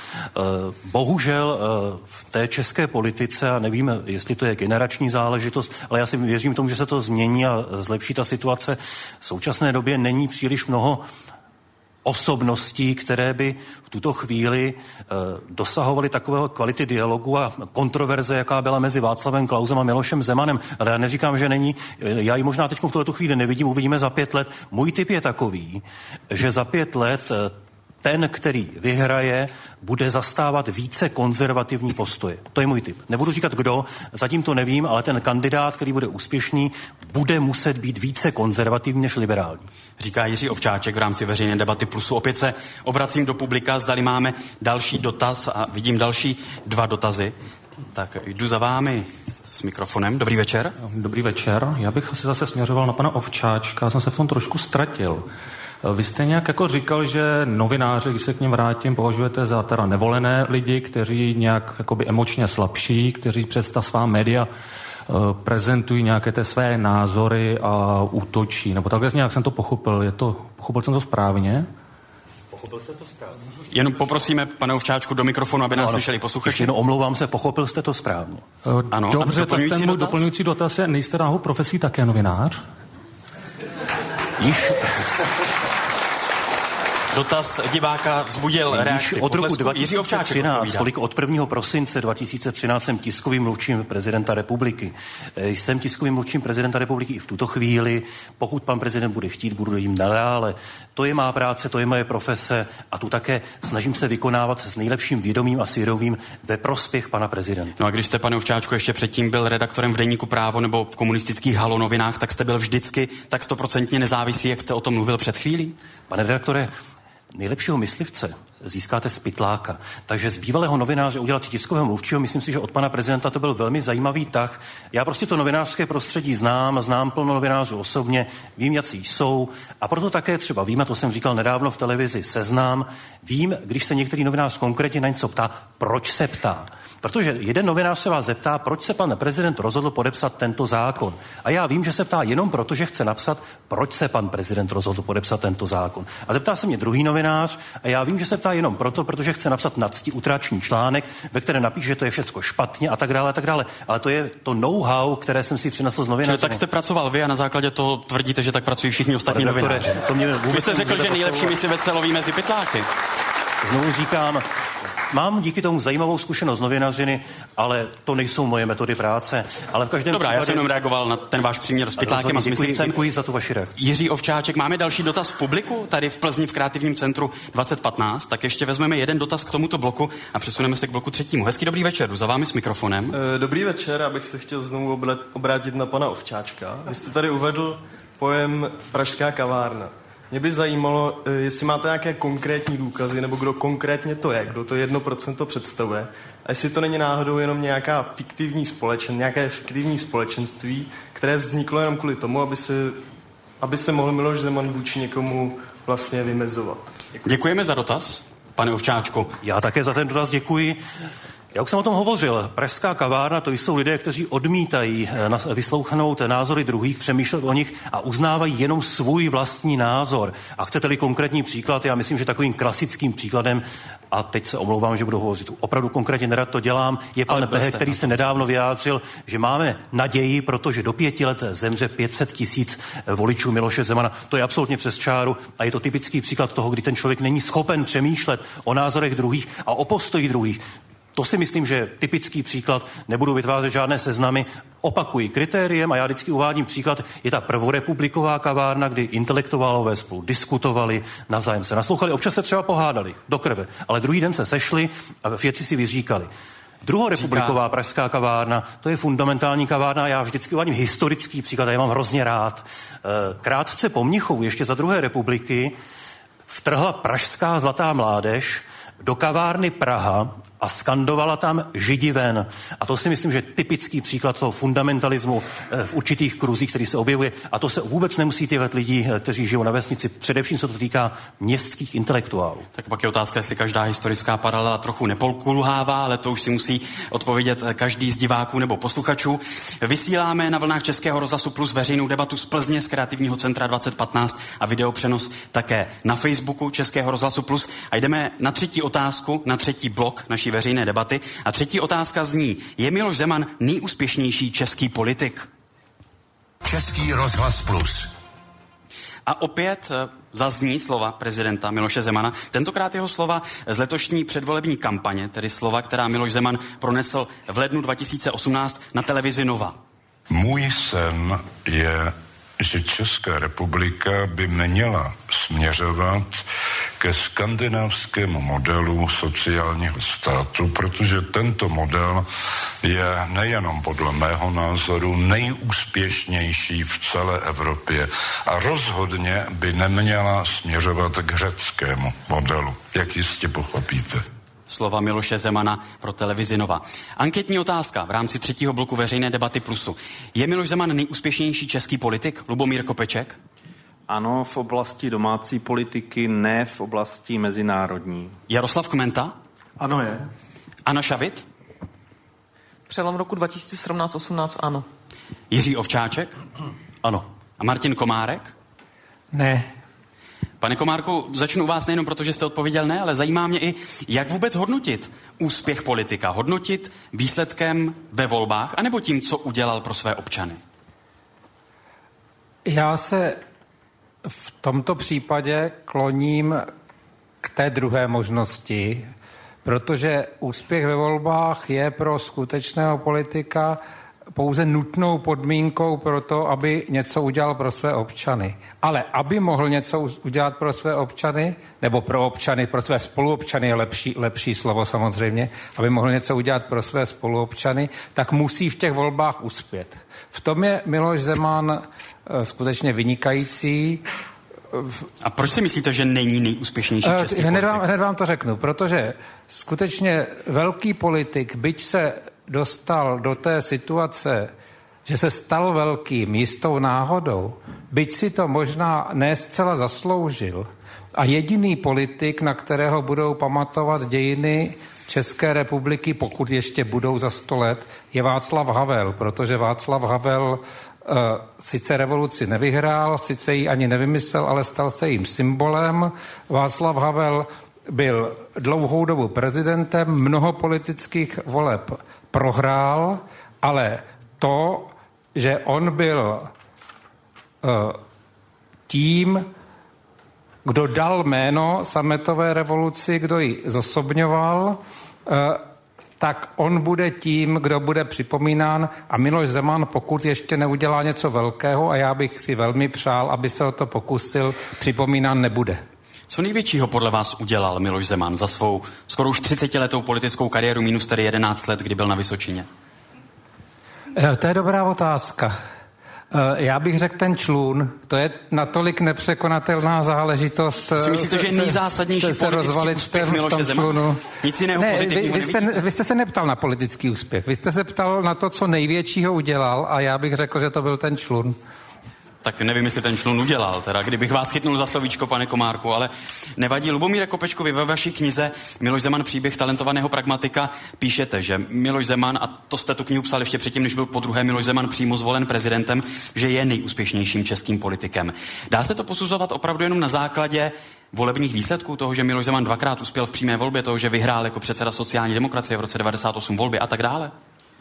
Bohužel v té české politice, a nevím, jestli to je generační záležitost, ale já si věřím tomu, že se to změní a zlepší ta situace. V současné době není příliš mnoho osobností, které by v tuto chvíli dosahovaly takového kvality dialogu a kontroverze, jaká byla mezi Václavem Klausem a Milošem Zemanem. Ale já neříkám, že není. Já ji možná teď v tuhletu chvíli nevidím, uvidíme za 5 let. Můj tip je takový, že za 5 let ten, který vyhraje, bude zastávat více konzervativní postoje. To je můj tip. Nebudu říkat kdo, zatím to nevím, ale ten kandidát, který bude úspěšný, bude muset být více konzervativní než liberální. Říká Jiří Ovčáček v rámci veřejné debaty Plusu. Opět se obracím do publika, zdali máme další dotaz a vidím další 2 dotazy. Tak jdu za vámi s mikrofonem. Dobrý večer. Dobrý večer. Já bych asi zase směřoval na pana Ovčáčka. Já jsem se v tom trošku ztratil. Vy jste nějak jako říkal, že novináři, když se k něm vrátím, považujete za teda nevolené lidi, kteří nějak jakoby emočně slabší, kteří přes ta svá média prezentují nějaké té své názory a útočí. Nebo takhle nějak jsem to pochopil. Pochopil jsem to správně? Pochopil jste to správně? Jenom poprosíme, pane Ovčáčku, do mikrofonu, aby nás slyšeli posluchači. Ještě omlouvám se, pochopil jste to správně. Ano, dobře, tak ten můj doplňující dotaz je, nejste náhodou profesí také novinář? Dotaz diváka vzbudil reakci. Od roku 2013, tolik od 1. prosince 2013 jsem tiskovým mluvčím prezidenta republiky. Jsem tiskovým mluvčím prezidenta republiky i v tuto chvíli. Pokud pan prezident bude chtít, budu jim nadále. To je má práce, to je moje profese a tu také snažím se vykonávat s nejlepším vědomím a svědomím ve prospěch pana prezidenta. No a když jste, pane Ovčáčku, ještě předtím byl redaktorem v deníku Právo nebo v komunistických Halo novinách, tak jste byl vždycky tak 100% nezávislý, jak jste o tom mluvil před chvílí? Pane redaktore, nejlepšího myslivce získáte z pytláka. Takže z bývalého novináře udělat tiskového mluvčího, myslím si, že od pana prezidenta to byl velmi zajímavý tah. Já prostě to novinářské prostředí znám plno novinářů osobně, vím, jací jsou a proto také třeba vím, a to jsem říkal nedávno v televizi Seznam, vím, když se některý novinář konkrétně na něco ptá, proč se ptá. Protože jeden novinář se vás zeptá, proč se pan prezident rozhodl podepsat tento zákon. A já vím, že se ptá jenom proto, že chce napsat, proč se pan prezident rozhodl podepsat tento zákon. A zeptá se mě druhý novinář a já vím, že se ptá jenom proto, protože chce napsat nadstiutráční článek, ve kterém napíše, že to je všecko špatně a tak dále a tak dále. Ale to je to know-how, které jsem si přinesl z novináře. Tak jste pracoval vy a na základě toho tvrdíte, že tak pracují všichni ostatní novináři. Vy jste řekl, že nejlepší myslivec se loví mezi pytláky. Znovu říkám, mám díky tomu zajímavou zkušenost novinařiny, ale to nejsou moje metody práce. Ale v každém případě... já jsem jenom reagoval na ten váš příměr s pytlákem a s myslivcem. Děkuji za tu vaši reakci. Jiří Ovčáček, máme další dotaz v publiku, tady v Plzni v Kreativním centru 2015, tak ještě vezmeme jeden dotaz k tomuto bloku a přesuneme se k bloku třetímu. Hezký dobrý večer, jdu za vámi s mikrofonem. Dobrý večer, abych se chtěl znovu obrátit na pana Ovčáčka. Vy jste tady uvedl pojem Pražská kavárna. Mě by zajímalo, jestli máte nějaké konkrétní důkazy, nebo kdo konkrétně to je, kdo to 1% představuje. A jestli to není náhodou jenom nějaké fiktivní společenství, které vzniklo jenom kvůli tomu, aby se mohl Miloš Zeman vůči někomu vlastně vymezovat. Děkujeme za dotaz, pane Ovčáčku. Já také za ten dotaz děkuji. Já už jsem o tom hovořil. Pražská kavárna, to jsou lidé, kteří odmítají vyslouchnout názory druhých, přemýšlet o nich a uznávají jenom svůj vlastní názor. A chcete-li konkrétní příklad, já myslím, že takovým klasickým příkladem, a teď se omlouvám, že budu hovořit, opravdu konkrétně nerad to dělám, je pan Behek, který se nedávno vyjádřil, že máme naději, protože do 5 let zemře 500 000 voličů Miloše Zemana. To je absolutně přes čáru a je to typický příklad toho, kdy ten člověk není schopen přemýšlet o názorech druhých a o postoji druhých. To si myslím, že je typický příklad, nebudu vytvářet žádné seznamy, opakuji kritériem a já vždycky uvádím příklad, je ta prvorepubliková kavárna, kdy intelektuálové spolu diskutovali, navzájem se naslouchali, občas se třeba pohádali do krve, ale druhý den se sešli a věci si vyříkali. Druhorepubliková pražská kavárna, to je fundamentální kavárna, já vždycky uvádím historický příklad a já mám hrozně rád. Krátce po Mnichovu, ještě za druhé republiky, vtrhla pražská zlatá mládež do kavárny Praha a skandovala tam Židi ven. A to si myslím, že je typický příklad toho fundamentalismu v určitých kruzích, který se objevuje. A to se vůbec nemusí týkat lidí, kteří žijou na vesnici. Především se to týká městských intelektuálů. Tak pak je otázka, jestli každá historická paralela trochu nepolkulhává, ale to už si musí odpovědět každý z diváků nebo posluchačů. Vysíláme na vlnách Českého rozhlasu Plus veřejnou debatu z Plzně z Kreativního centra 2015 a videopřenos také na Facebooku Českého rozhlasu Plus. A jdeme na třetí otázku, na třetí blok naší veřejné debaty. A třetí otázka zní, je Miloš Zeman nejúspěšnější český politik? Český rozhlas Plus. A opět zazní slova prezidenta Miloše Zemana. Tentokrát jeho slova z letošní předvolební kampaně, tedy slova, která Miloš Zeman pronesl v lednu 2018 na televizi Nova. Můj sen je, že Česká republika by měla směřovat ke skandinávskému modelu sociálního státu, protože tento model je nejenom podle mého názoru nejúspěšnější v celé Evropě a rozhodně by neměla směřovat k řeckému modelu, jak jistě pochopíte. Slova Miloše Zemana pro televizi Nova. Anketní otázka v rámci třetího bloku veřejné debaty Plusu. Je Miloš Zeman nejúspěšnější český politik? Lubomír Kopeček? Ano, v oblasti domácí politiky, ne v oblasti mezinárodní. Jaroslav Kmenta? Ano, je. Anna Šavit? Přelom roku 2017-18 ano. Jiří Ovčáček? Ano. A Martin Komárek? Ne. Pane Komárku, začnu u vás nejenom proto, že jste odpověděl ne, ale zajímá mě i, jak vůbec hodnotit úspěch politika. Hodnotit výsledkem ve volbách, anebo tím, co udělal pro své občany? Já se v tomto případě kloním k té druhé možnosti, protože úspěch ve volbách je pro skutečného politika pouze nutnou podmínkou pro to, aby něco udělal pro své občany. Ale aby mohl něco udělat pro své občany, nebo pro občany, pro své spoluobčany je lepší slovo samozřejmě, aby mohl něco udělat pro své spoluobčany, tak musí v těch volbách uspět. V tom je Miloš Zeman skutečně vynikající. A proč si myslíte, že není nejúspěšnější český politik? Hned vám to řeknu, protože skutečně velký politik, byť se dostal do té situace, že se stal velkým jistou náhodou, byť si to možná ne zcela zasloužil, a jediný politik, na kterého budou pamatovat dějiny České republiky, pokud ještě budou za 100 let, je Václav Havel, protože Václav Havel sice revoluci nevyhrál, sice ji ani nevymyslel, ale stal se jím symbolem. Václav Havel byl dlouhou dobu prezidentem, mnoho politických voleb prohrál, ale to, že on byl tím, kdo dal jméno sametové revoluci, kdo ji zosobňoval, tak on bude tím, kdo bude připomínán, a Miloš Zeman, pokud ještě neudělá něco velkého, a já bych si velmi přál, aby se o to pokusil, připomínán nebude. Co největšího podle vás udělal Miloš Zeman za svou skoro už 30letou politickou kariéru, minus tedy 11 let, kdy byl na Vysočině? To je dobrá otázka. Já bych řekl ten člun, to je natolik nepřekonatelná záležitost. Si myslíte, že je nejzásadnější politický úspěch Miloše Zemana? Nic jiného pozitivního nevidíte? Vy jste se neptal na politický úspěch, vy jste se ptal na to, co největšího udělal, a já bych řekl, že to byl ten člun. Tak nevím, jestli ten člun udělal, teda kdybych vás chytnul za slovíčko, pane Komárku, ale nevadí. Lubomíre Kopečku, vy ve vaší knize Miloš Zeman, příběh talentovaného pragmatika, píšete, že Miloš Zeman, a to jste tu knihu psal ještě předtím, než byl podruhé Miloš Zeman přímo zvolen prezidentem, že je nejúspěšnějším českým politikem. Dá se to posuzovat opravdu jenom na základě volebních výsledků, toho, že Miloš Zeman dvakrát uspěl v přímé volbě, toho, že vyhrál jako předseda sociální demokracie v roce 98 volby a tak dále?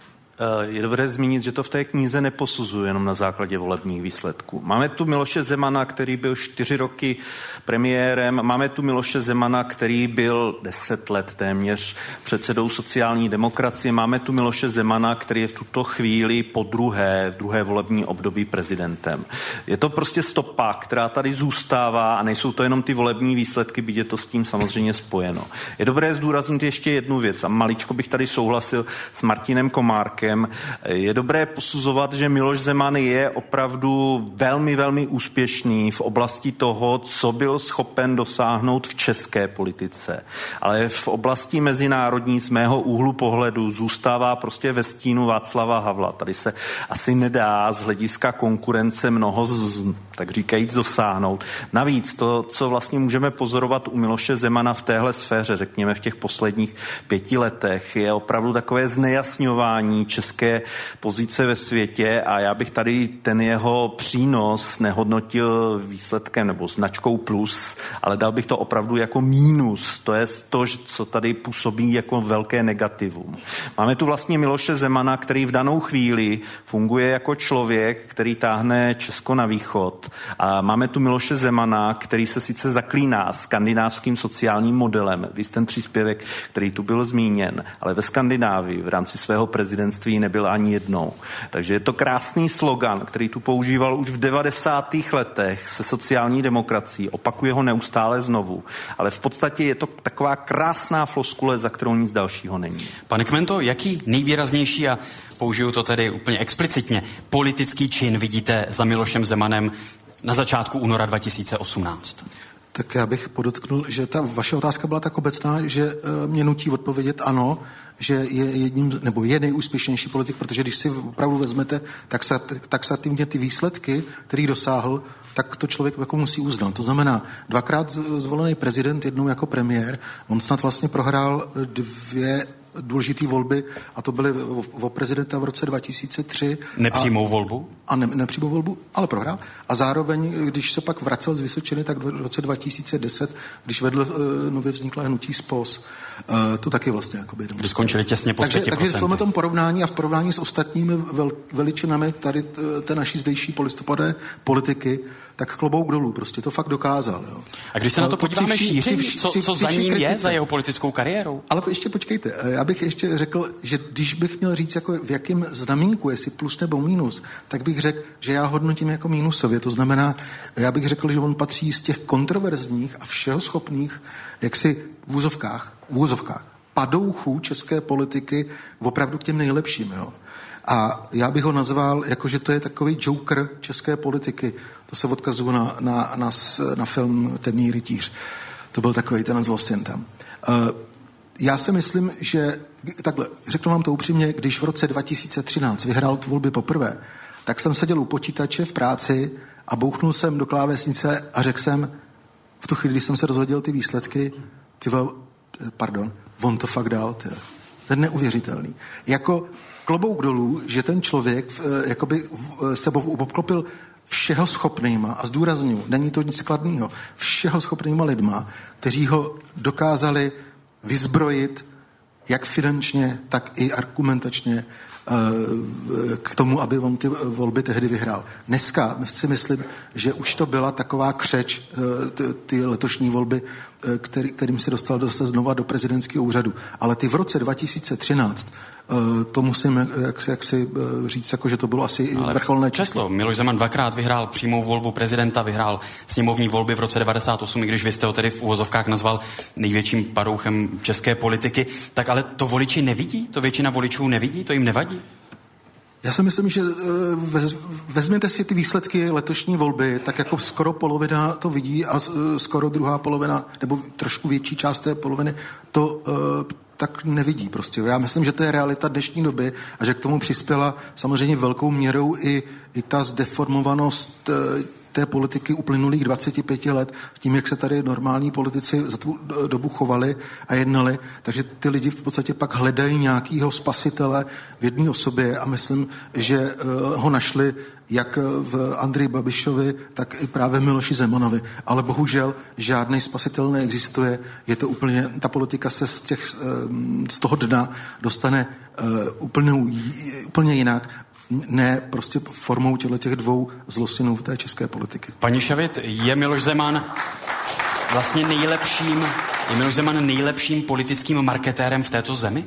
Je dobré zmínit, že to v té knize neposuzuje jenom na základě volebních výsledků. Máme tu Miloše Zemana, který byl 4 roky premiérem, máme tu Miloše Zemana, který byl 10 let téměř předsedou sociální demokracie, máme tu Miloše Zemana, který je v tuto chvíli v druhé volební období prezidentem. Je to prostě stopa, která tady zůstává, a nejsou to jenom ty volební výsledky, byť je to s tím samozřejmě spojeno. Je dobré zdůraznit ještě jednu věc, a maličko bych tady souhlasil s Martinem Komárkem. Je dobré posuzovat, že Miloš Zeman je opravdu velmi, velmi úspěšný v oblasti toho, co byl schopen dosáhnout v české politice. Ale v oblasti mezinárodní z mého úhlu pohledu zůstává prostě ve stínu Václava Havla. Tady se asi nedá z hlediska konkurence mnoho, tak říkajíc, dosáhnout. Navíc to, co vlastně můžeme pozorovat u Miloše Zemana v téhle sféře, řekněme v těch posledních 5 letech, je opravdu takové znejasňování české pozice ve světě, a já bych tady ten jeho přínos nehodnotil výsledkem nebo značkou plus, ale dal bych to opravdu jako mínus. To je to, co tady působí jako velké negativum. Máme tu vlastně Miloše Zemana, který v danou chvíli funguje jako člověk, který táhne Česko na východ. A máme tu Miloše Zemana, který se sice zaklíná skandinávským sociálním modelem. Víš, ten příspěvek, který tu byl zmíněn, ale ve Skandinávii v rámci svého prezidentství nebyl ani jednou. Takže je to krásný slogan, který tu používal už v 90. letech se sociální demokracií. Opakuje ho neustále znovu. Ale v podstatě je to taková krásná floskule, za kterou nic dalšího není. Pane Kmento, jaký nejvýraznější, a použiju to tedy úplně explicitně, politický čin vidíte za Milošem Zemanem na začátku února 2018? Tak já bych podotknul, že ta vaše otázka byla tak obecná, že mě nutí odpovědět ano, že je jedním, nebo je nejúspěšnější politik, protože když si opravdu vezmete taxativně ty výsledky, který dosáhl, tak to člověk jako musí uznat. To znamená, 2krát zvolený prezident, jednou jako premiér, on snad vlastně prohrál 2 důležité volby a to byly o prezidenta v roce 2003. Nepřímou volbu? A nepřímou volbu, ale prohrál. A zároveň, když se pak vracel z Vysočiny, tak v roce 2010, když vedl nově vzniklé hnutí SPOS, to taky vlastně jakoby... Když skončili těsně pod 5%. Takže v tom porovnání a v porovnání s ostatními veličinami tady té naší zdejší polistopadé politiky, tak klobouk dolů, prostě to fakt dokázal. Jo. A když se na to podíváme šířeji, co za ním je, za jeho politickou kariérou? Ale ještě počkejte, já bych ještě řekl, že když bych měl říct, jako v jakém znamínku, jestli plus nebo mínus, tak bych řekl, že já hodnotím jako mínusově. To znamená, já bych řekl, že on patří z těch kontroverzních a všeho schopných, jaksi v úzovkách, padouchů české politiky opravdu k těm nejlepším. Jo. A já bych ho nazval, jako že to je takový joker české politiky. To se odkazuje na film Temný rytíř. To byl takový ten zlosin tam. Já si myslím, že takhle, řeknu vám to upřímně, když v roce 2013 vyhrál tu volby poprvé, tak jsem seděl u počítače v práci a bouchnul jsem do klávesnice a řekl jsem, v tu chvíli, když jsem se dozvěděl ty výsledky, on to fakt dal, to je neuvěřitelný. Jako klobouk dolů, že ten člověk jakoby sebou obklopil všeho schopnýma, a zdůrazňuji, není to nic skladného, všeho schopnýma lidma, kteří ho dokázali vyzbrojit jak finančně, tak i argumentačně k tomu, aby on ty volby tehdy vyhrál. Dneska si myslím, že už to byla taková křeč, ty letošní volby, kterým se dostal zase znova do prezidentského úřadu. Ale ty v roce 2013 to musím jaksi říct, jako, že to bylo asi vrcholné číslo. Často. Miloš Zeman dvakrát vyhrál přímou volbu prezidenta, vyhrál sněmovní volby v roce 98, i když vy jste ho tedy v úvozovkách nazval největším padouchem české politiky. Tak ale to voliči nevidí? To většina voličů nevidí? To jim nevadí? Já si myslím, že vezměte si ty výsledky letošní volby, tak jako skoro polovina to vidí a skoro druhá polovina, nebo trošku větší část té poloviny to tak nevidí prostě. Já myslím, že to je realita dnešní doby a že k tomu přispěla samozřejmě velkou měrou i ta zdeformovanost té politiky uplynulých 25 let s tím, jak se tady normální politici za tu dobu chovali a jednali. Takže ty lidi v podstatě pak hledají nějakýho spasitele v jedné osobě a myslím, že ho našli jak v Andreji Babišovi, tak i právě Miloši Zemanovi. Ale bohužel žádný spasitel neexistuje. Je to úplně, ta politika se z toho dna dostane úplně jinak. Ne prostě formou těch dvou zlosinů té české politiky. Paní Šavit, je Miloš Zeman vlastně nejlepším politickým marketérem v této zemi?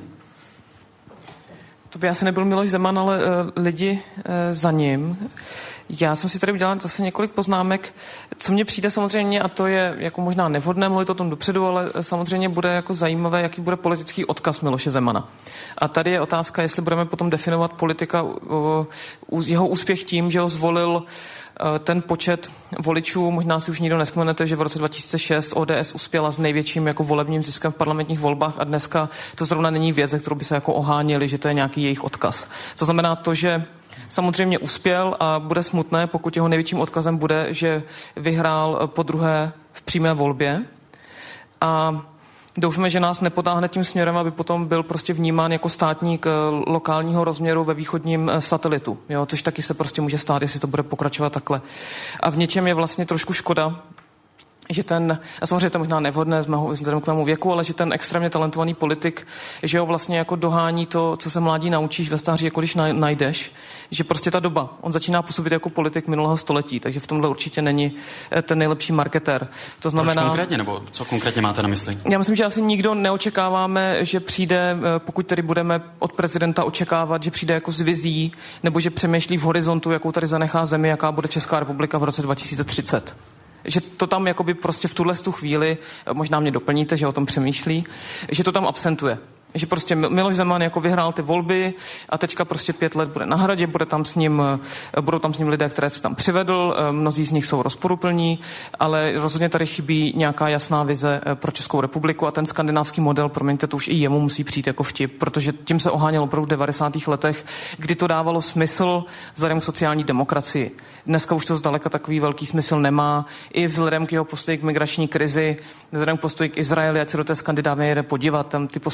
To by asi nebyl Miloš Zeman, ale lidi za ním. Já jsem si tady udělal zase několik poznámek, co mně přijde samozřejmě, a to je jako možná nevhodné mluvit o tom dopředu, ale samozřejmě bude jako zajímavé, jaký bude politický odkaz Miloše Zemana. A tady je otázka, jestli budeme potom definovat politika, jeho úspěch tím, že ho zvolil ten počet voličů, možná si už nikdo nevzpomenete, že v roce 2006 ODS uspěla s největším jako volebním ziskem v parlamentních volbách a dneska to zrovna není věc, kterou by se jako oháněli, že to je nějaký jejich odkaz. To znamená to, že samozřejmě uspěl a bude smutné, pokud jeho největším odkazem bude, že vyhrál podruhé v přímé volbě a doufáme, že nás nepotáhne tím směrem, aby potom byl prostě vnímán jako státník lokálního rozměru ve východním satelitu, jo, což taky se prostě může stát, jestli to bude pokračovat takhle. A v něčem je vlastně trošku škoda, že a samozřejmě to možná nevhodné vzhledem k mému věku, ale že ten extrémně talentovaný politik, že ho vlastně jako dohání to, co se mládí naučíš ve stáří, jako když najdeš, že prostě ta doba, on začíná působit jako politik minulého století, takže v tomhle určitě není ten nejlepší marketér. To znamená... Proč konkrétně, nebo co konkrétně máte na mysli? Já myslím, že asi nikdo neočekáváme, že přijde, pokud tady budeme od prezidenta očekávat, že přijde jako s vizí, nebo že přemýšlí v horizontu, jakou tady zanechá zemi, jaká bude Česká republika v roce 2030. Že to tam jakoby prostě v tuhle chvíli, možná mě doplníte, že o tom přemýšlí, že to tam absentuje. Že prostě Miloš Zeman jako vyhrál ty volby a teďka prostě 5 let bude na Hradě, budou tam s ním lidé, které se tam přivedl, mnozí z nich jsou rozporuplní, ale rozhodně tady chybí nějaká jasná vize pro Českou republiku a ten skandinávský model, promiňte, to už i jemu musí přijít jako vtip, protože tím se oháněl opravdu v 90. letech, kdy to dávalo smysl vzhledem k sociální demokracii. Dneska už to zdaleka takový velký smysl nemá, i vzhledem k jeho postoji k migrační krizi, vzhledem k postoji k Izraeli, ať se do té Skandinávie jede podívat, tam ty postoje jsou úplně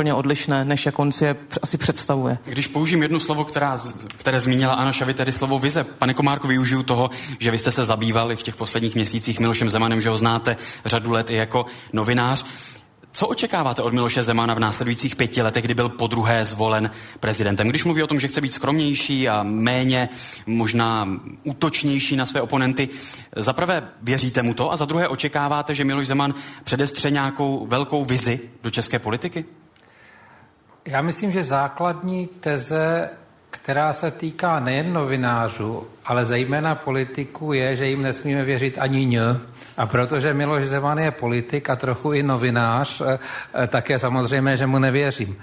úplně odlišné, než jak on si je asi představuje. Když použím jedno slovo, které zmínila Anna Šavy, tedy slovo vize. Pane Komárku, využiju toho, že vy jste se zabývali v těch posledních měsících Milošem Zemanem, že ho znáte řadu let i jako novinář. Co očekáváte od Miloše Zemana v následujících 5 letech, kdy byl podruhé zvolen prezidentem? Když mluví o tom, že chce být skromnější a méně možná útočnější na své oponenty, za prvé věříte mu to a za druhé očekáváte, že Miloš Zeman předestře nějakou velkou vizi do české politiky? Já myslím, že základní teze, která se týká nejen novinářů, ale zejména politiků, je, že jim nesmíme věřit ani ň. A protože Miloš Zeman je politik a trochu i novinář, tak je samozřejmě, že mu nevěřím.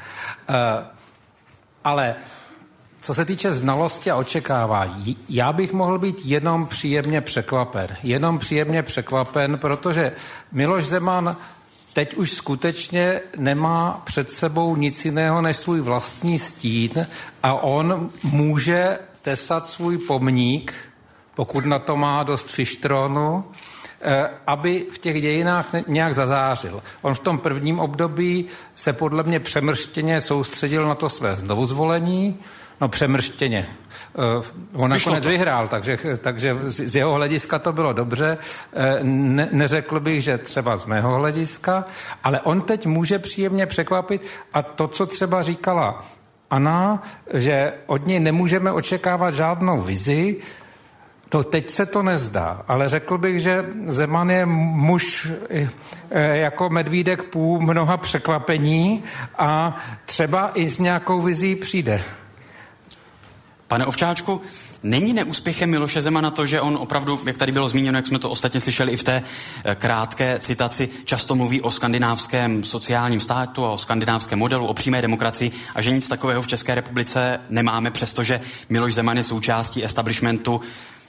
Ale co se týče znalosti a očekávání, já bych mohl být jenom příjemně překvapen, protože Miloš Zeman teď už skutečně nemá před sebou nic jiného než svůj vlastní stín a on může tesat svůj pomník, pokud na to má dost fištronu, aby v těch dějinách nějak zazářil. On v tom prvním období se podle mě přemrštěně soustředil na to své znovuzvolení, přemrštěně. On nakonec vyhrál, takže z jeho hlediska to bylo dobře. Neřekl bych, že třeba z mého hlediska, ale on teď může příjemně překvapit a to, co třeba říkala Anna, že od něj nemůžeme očekávat žádnou vizi, teď se to nezdá, ale řekl bych, že Zeman je muž jako medvídek půl mnoha překvapení a třeba i s nějakou vizí přijde. Pane Ovčáčku, není neúspěchem Miloše Zemana to, že on opravdu, jak tady bylo zmíněno, jak jsme to ostatně slyšeli i v té krátké citaci, často mluví o skandinávském sociálním státu a o skandinávském modelu, o přímé demokracii a že nic takového v České republice nemáme, přestože Miloš Zeman je součástí establishmentu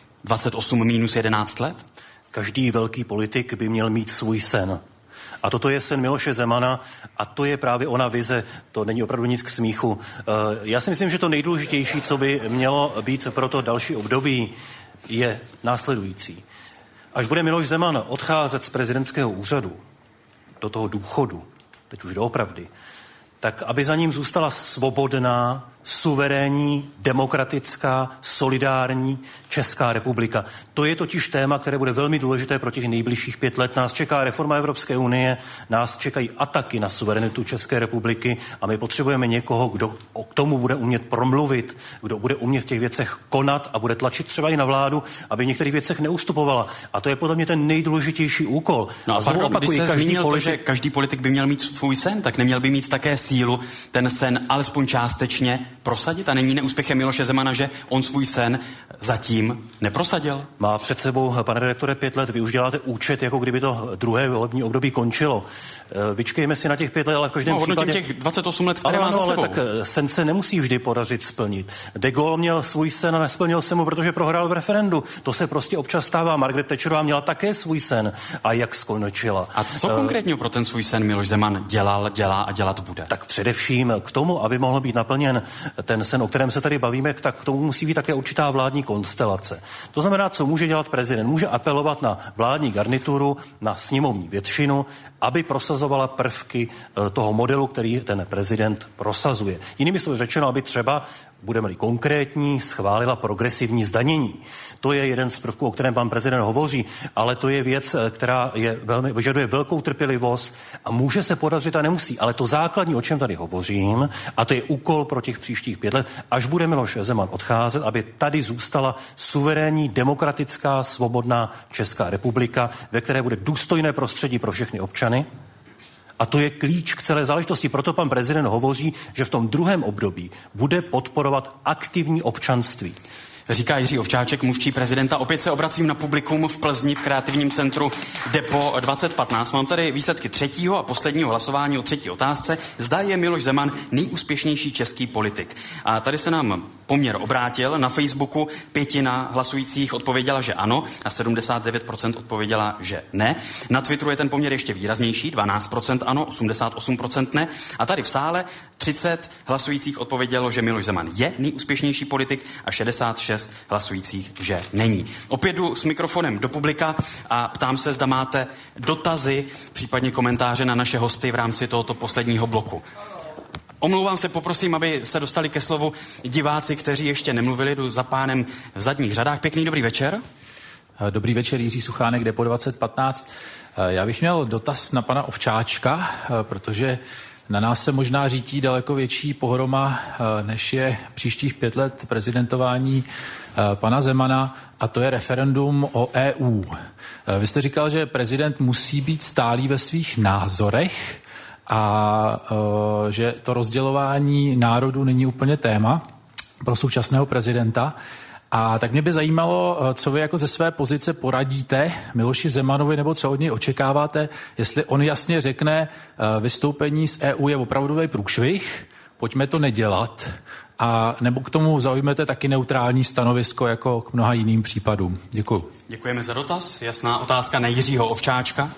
28 minus 11 let? Každý velký politik by měl mít svůj sen. A toto je sen Miloše Zemana a to je právě ona vize, to není opravdu nic k smíchu. Já si myslím, že to nejdůležitější, co by mělo být pro to další období, je následující. Až bude Miloš Zeman odcházet z prezidentského úřadu do toho důchodu, teď už doopravdy, tak aby za ním zůstala svobodná, suverénní, demokratická, solidární Česká republika. To je totiž téma, které bude velmi důležité pro těch nejbližších 5 let. Nás čeká reforma Evropské unie, nás čekají ataky na suverenitu České republiky a my potřebujeme někoho, kdo k tomu bude umět promluvit, kdo bude umět v těch věcech konat a bude tlačit třeba i na vládu, aby v některých věcech neustupovala. A to je podle mě ten nejdůležitější úkol. No a pardon, když jste zmínil to, že každý politik by měl mít svůj sen, tak neměl by mít také sílu ten sen alespoň částečně prosadit? A není neúspěchem Miloše Zemana, že on svůj sen zatím neprosadil? Má před sebou, pane redaktore, 5 let. Vy už děláte účet, jako kdyby to druhé volební období končilo. Vyčkejme si na těch 5 let, ale v každém případě... těch 28 let, které má za sebou. Ale tak sen se nemusí vždy podařit splnit. De Gaulle měl svůj sen a nesplnil se mu, protože prohrál v referendu. To se prostě občas stává. Margaret Thatcherová měla také svůj sen a jak skončila. A co konkrétně pro ten svůj sen Miloš Zeman dělá a dělat bude? Tak především k tomu, aby mohl být naplněn ten sen, o kterém se tady bavíme, tak k tomu musí být také určitá vládní konstelace. To znamená, co může dělat prezident? Může apelovat na vládní garnituru, na sněmovní většinu, aby prosazovala prvky toho modelu, který ten prezident prosazuje. Jinými slovy řečeno, aby třeba, budeme-li konkrétní, schválila progresivní zdanění. To je jeden z prvků, o kterém pan prezident hovoří, ale to je věc, která vyžaduje velkou trpělivost a může se podařit a nemusí. Ale to základní, o čem tady hovořím, a to je úkol pro těch příštích 5 let, až bude Miloš Zeman odcházet, aby tady zůstala suverénní, demokratická, svobodná Česká republika, ve které bude důstojné prostředí pro všechny občany. A to je klíč k celé záležitosti. Proto pan prezident hovoří, že v tom druhém období bude podporovat aktivní občanství. Říká Jiří Ovčáček, mluvčí prezidenta. Opět se obracím na publikum v Plzni v kreativním centru Depo 2015. Mám tady výsledky 3. a posledního hlasování o 3. otázce. Zda je Miloš Zeman nejúspěšnější český politik. A tady se nám poměr obrátil. Na Facebooku 1/5 hlasujících odpověděla, že ano a 79% odpověděla, že ne. Na Twitteru je ten poměr ještě výraznější, 12% ano, 88% ne. A tady v sále 30 hlasujících odpovědělo, že Miloš Zeman je nejúspěšnější politik a 66 hlasujících, že není. Opět jdu s mikrofonem do publika a ptám se, zda máte dotazy, případně komentáře na naše hosty v rámci tohoto posledního bloku. Omlouvám se, poprosím, aby se dostali ke slovu diváci, kteří ještě nemluvili, jdu za pánem v zadních řadách. Pěkný dobrý večer. Dobrý večer, Jiří Suchánek, Depo 2015. Já bych měl dotaz na pana Ovčáčka, protože na nás se možná řítí daleko větší pohroma, než je příštích 5 let prezidentování pana Zemana, a to je referendum o EU. Vy jste říkal, že prezident musí být stálý ve svých názorech a že to rozdělování národů není úplně téma pro současného prezidenta. A tak mě by zajímalo, co vy jako ze své pozice poradíte Miloši Zemanovi, nebo co od něj očekáváte, jestli on jasně řekne, vystoupení z EU je opravdový průšvih, pojďme to nedělat, a nebo k tomu zaujmete taky neutrální stanovisko jako k mnoha jiným případům. Děkuji. Děkujeme za dotaz. Jasná otázka na Jiřího Ovčáčka.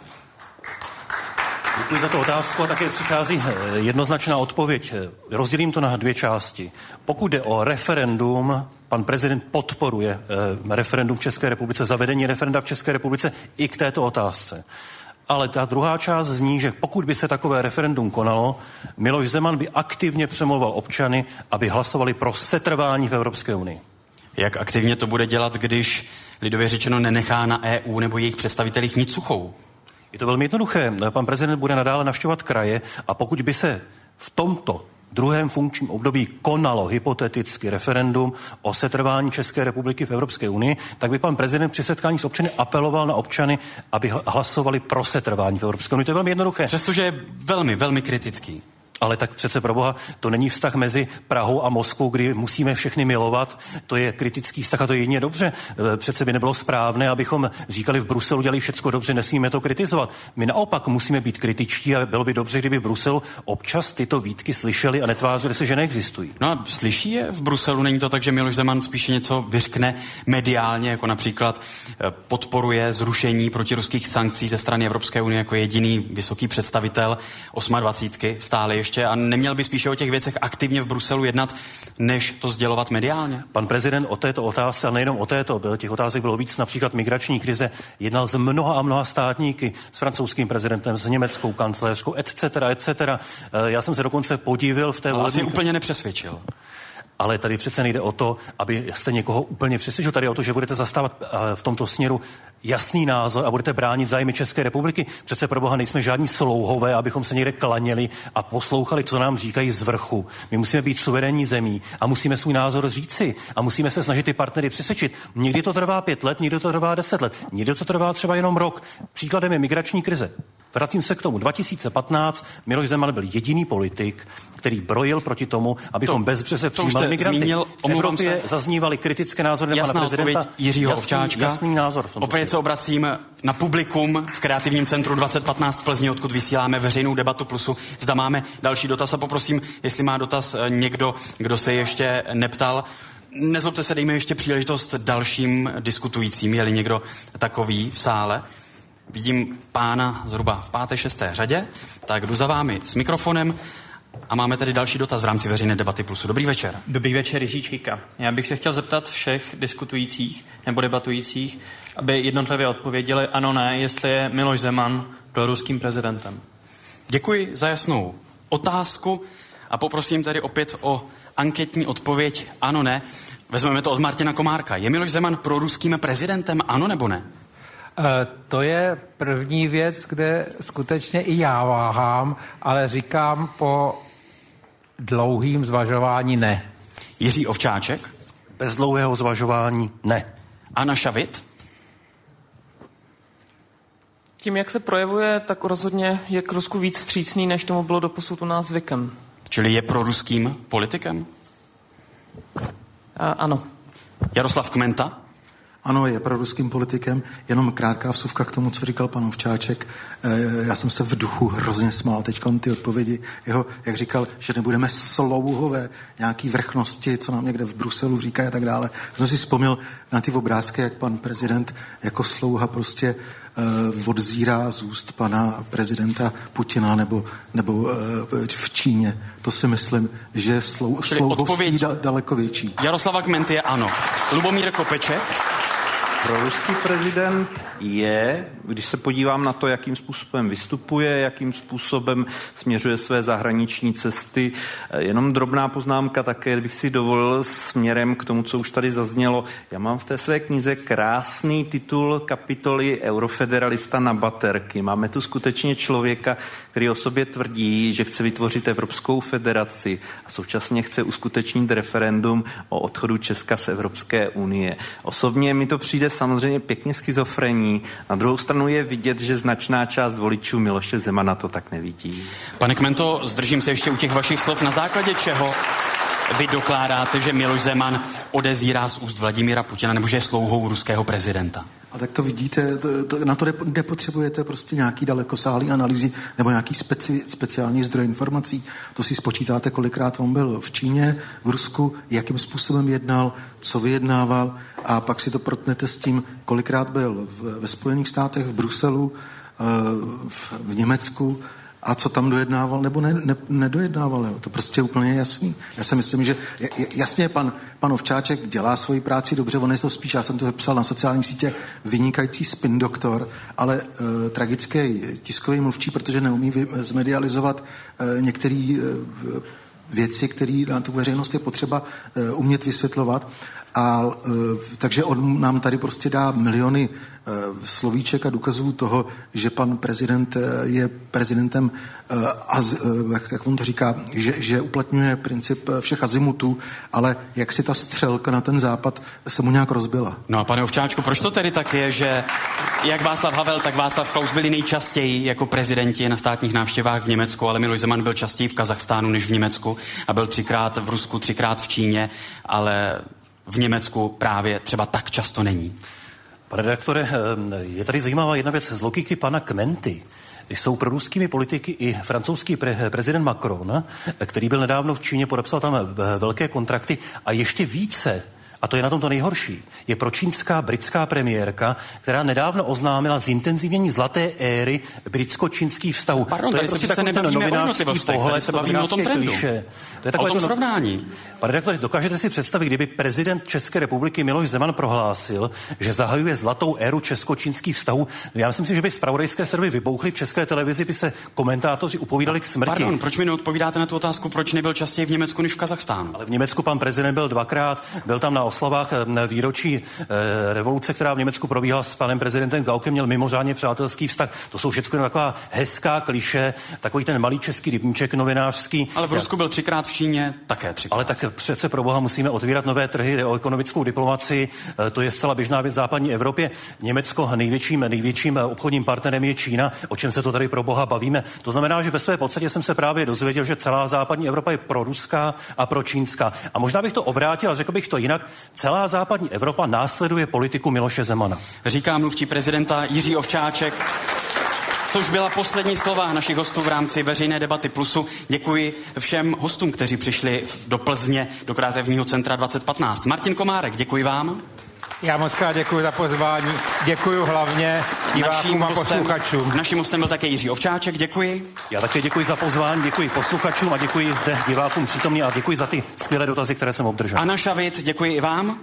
Děkuji za tu otázku a také přichází jednoznačná odpověď. Rozdělím to na 2 části. Pokud jde o referendum, pan prezident podporuje referendum v České republice, zavedení referenda v České republice i k této otázce. Ale ta druhá část zní, že pokud by se takové referendum konalo, Miloš Zeman by aktivně přemlouval občany, aby hlasovali pro setrvání v Evropské unii. Jak aktivně to bude dělat, když lidově řečeno nenechá na EU nebo jejich představitelích nic suchou? Je to velmi jednoduché. Pan prezident bude nadále navštěvovat kraje a pokud by se v tomto druhém funkčním období konalo hypoteticky referendum o setrvání České republiky v Evropské unii, tak by pan prezident při setkání s občany apeloval na občany, aby hlasovali pro setrvání v Evropské unii. To je velmi jednoduché. Přestože je velmi, velmi kritický. Ale tak přece proboha, to není vztah mezi Prahou a Moskvou, kdy musíme všechny milovat. To je kritický vztah a to je jedině dobře. Přece by nebylo správné, abychom říkali v Bruselu dělají všecko dobře, nesmíme to kritizovat. My naopak musíme být kritičtí a bylo by dobře, kdyby v Bruselu občas tyto výtky slyšeli a netvářili se, že neexistují. No a slyší je v Bruselu? Není to tak, že Miloš Zeman spíše něco vyřkne mediálně, jako například podporuje zrušení protiruských sankcí ze strany Evropské unie jako jediný vysoký představitel 28 stále ještě, a neměl by spíše o těch věcech aktivně v Bruselu jednat, než to sdělovat mediálně? Pan prezident o této otázce, a nejenom o této, těch otázek bylo víc, například migrační krize, jednal s mnoha a mnoha státníky, s francouzským prezidentem, s německou kancléřkou, etc. Já jsem se dokonce podívil v té volební... Asi úplně nepřesvědčil. Ale tady přece nejde o to, aby jste někoho úplně přesvědčil. Tady o to, že budete zastávat v tomto směru jasný názor a budete bránit zájmy České republiky. Přece pro boha nejsme žádní slouhové, abychom se někde klaněli a poslouchali, co nám říkají z vrchu. My musíme být suverénní zemí a musíme svůj názor říci a musíme se snažit ty partnery přesvědčit. Někdy to trvá 5 let, někdy to trvá 10 let, někdy to trvá třeba jenom rok. Příkladem je migrační krize. Vracím se k tomu. 2015 Miloš Zeman byl jediný politik, který brojil proti tomu, abychom bezbřeze přijímali migranty. V Evropě zaznívaly kritické názory na pana prezidenta. Jiřího Ovčáčka. Jasný názor. Opět se obracím na publikum v Kreativním centru 2015 v Plzni, odkud vysíláme veřejnou debatu plusu. Zda máme další dotaz a poprosím, jestli má dotaz někdo, kdo se ještě neptal. Nezlobte se, dejme ještě příležitost dalším diskutujícím, je-li někdo takový v sále. Vidím pána zhruba v 5., 6. řadě, tak jdu za vámi s mikrofonem a máme tady další dotaz v rámci veřejné debaty plusu. Dobrý večer. Dobrý večer, Jiří Číka. Já bych se chtěl zeptat všech diskutujících nebo debatujících, aby jednotlivě odpověděli ano, ne, jestli je Miloš Zeman proruským prezidentem. Děkuji za jasnou otázku a poprosím tady opět o anketní odpověď ano, ne. Vezmeme to od Martina Komárka. Je Miloš Zeman proruským prezidentem, ano nebo ne? To je první věc, kde skutečně i já váhám, ale říkám po dlouhým zvažování ne. Jiří Ovčáček? Bez dlouhého zvažování ne. Anna Šavit? Tím, jak se projevuje, tak rozhodně je k Rusku víc vstřícný, než tomu bylo doposud u nás zvykem. Čili je proruským politikem? Ano. Jaroslav Kmenta? Ano, je proruským politikem. Jenom krátká vsuvka k tomu, co říkal pan Ovčáček. Já jsem se v duchu hrozně smál teďkon ty odpovědi jeho, jak říkal, že nebudeme slouhové nějaký vrchnosti, co nám někde v Bruselu říká a tak dále. Jsem si vzpomněl na ty obrázky, jak pan prezident jako slouha prostě odzírá z úst pana prezidenta Putina nebo v Číně. To si myslím, že slouhovství daleko větší. Jaroslava Kmenty je ano. Lubomír Kopeček? Proruský prezident je, když se podívám na to, jakým způsobem vystupuje, jakým způsobem směřuje své zahraniční cesty. Jenom drobná poznámka také bych si dovolil směrem k tomu, co už tady zaznělo. Já mám v té své knize krásný titul kapitoly Eurofederalista na baterky. Máme tu skutečně člověka, který o sobě tvrdí, že chce vytvořit Evropskou federaci a současně chce uskutečnit referendum o odchodu Česka z Evropské unie. Osobně mi to přijde samozřejmě pěkně schizofrení. Na druhou stranu je vidět, že značná část voličů Miloše Zemana to tak nevidí. Pane Kmento, zdržím se ještě u těch vašich slov. Na základě čeho vy dokládáte, že Miloš Zeman odezírá z úst Vladimíra Putina nebo že je slouhou ruského prezidenta? A tak to vidíte, na to nepotřebujete prostě nějaký dalekosáhlý analýzy nebo nějaký speciální zdroj informací. To si spočítáte, kolikrát on byl v Číně, v Rusku, jakým způsobem jednal, co vyjednával a pak si to protnete s tím, kolikrát byl ve Spojených státech, v Bruselu, v Německu a co tam dojednával nebo nedojednával. Jo. To prostě je úplně jasný. Já si myslím, že jasně pan Ovčáček dělá svoji práci dobře, on je to spíš, já jsem to psal na sociální sítě, vynikající spin doktor, ale tragický tiskový mluvčí, protože neumí zmedializovat některé věci, které na tu veřejnost je potřeba umět vysvětlovat. Takže on nám tady prostě dá miliony slovíček a důkazů toho, že pan prezident je prezidentem, jak on to říká, že uplatňuje princip všech azimutů, ale jak si ta střelka na ten západ se mu nějak rozbila. No a pane Ovčáčku, proč to tedy tak je, že jak Václav Havel, tak Václav Klaus byli nejčastěji jako prezidenti na státních návštěvách v Německu, ale Miloš Zeman byl častěji v Kazachstánu než v Německu a byl 3krát v Rusku, 3krát v Číně, ale v Německu právě třeba tak často není. Pane redaktore, je tady zajímavá jedna věc z logiky pana Kmenty. Jsou proruskými politiky i francouzský prezident Macron, který byl nedávno v Číně, podepsal tam velké kontrakty a ještě více, a to je na tom to nejhorší, je pročínská britská premiérka, která nedávno oznámila zintenzivnění zlaté éry britsko-čínských vztahů. Pardon, tady prostě se nebavíme o jednotlivostech, tady se bavíme o tom trendu. To je o tom srovnání. Pane redaktore, dokážete si představit, kdyby prezident České republiky Miloš Zeman prohlásil, že zahajuje zlatou éru česko-čínských vztahů? Já myslím si, že by zpravodajské servery vybouchly v České televizi, by se komentátoři upovídali k smrti. Pardon, proč mi neodpovídáte na tu otázku, proč nebyl častěji v Německu než v Kazachstánu? Ale v Německu pan prezident byl 2krát, byl tam na oslavách výročí revoluce, která v Německu probíhala s panem prezidentem Gaukem, měl mimořádně přátelský vztah. To jsou všechno taková hezká klišé, takový ten malý český rybníček novinářský. Ale v Rusku byl 3krát, v Číně také 3krát. Ale tak přece pro boha musíme otvírat nové trhy, jde o ekonomickou diplomaci, to je zcela běžná věc v západní Evropě. Německo největším obchodním partnerem je Čína, o čem se to tady pro boha bavíme. To znamená, že ve své podstatě jsem se právě dozvěděl, že celá západní Evropa je proruská a pročínská. A možná bych to obrátil a řekl bych to jinak, celá západní Evropa následuje politiku Miloše Zemana. Říká mluvčí prezidenta Jiří Ovčáček, což byla poslední slova našich hostů v rámci veřejné debaty Plusu. Děkuji všem hostům, kteří přišli do Plzně, do Kreativního centra 2015. Martin Komárek, děkuji vám. Já moc krát děkuji za pozvání. Děkuji hlavně divákům a posluchačům. Naším hostem byl také Jiří Ovčáček, děkuji. Já také děkuji za pozvání, děkuji posluchačům a děkuji zde divákům přítomně a děkuji za ty skvělé dotazy, které jsem obdržel. Anna Šavit, děkuji i vám.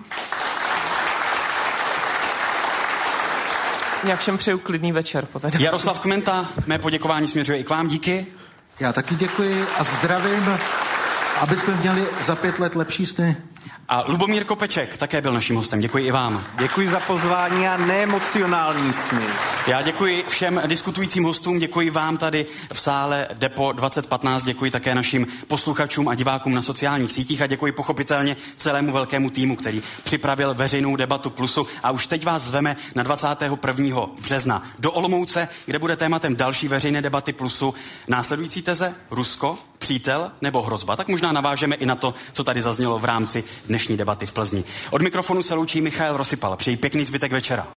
Já všem přeju klidný večer. Jaroslav Kmenta, mé poděkování směřuje i k vám, díky. Já taky děkuji a zdravím, aby jsme měli za 5 let lepší sny. A Lubomír Kopeček také byl naším hostem. Děkuji i vám. Děkuji za pozvání a neemocionální sny. Já děkuji všem diskutujícím hostům, děkuji vám tady v sále Depo 2015, děkuji také našim posluchačům a divákům na sociálních sítích a děkuji pochopitelně celému velkému týmu, který připravil veřejnou debatu Plusu a už teď vás zveme na 21. března do Olomouce, kde bude tématem další veřejné debaty Plusu následující teze Rusko, přítel nebo hrozba. Tak možná navážeme i na to, co tady zaznělo v rámci dnešní debaty v Plzni. Od mikrofonu se loučí Michael Rosypal. Přeji pěkný zbytek večera.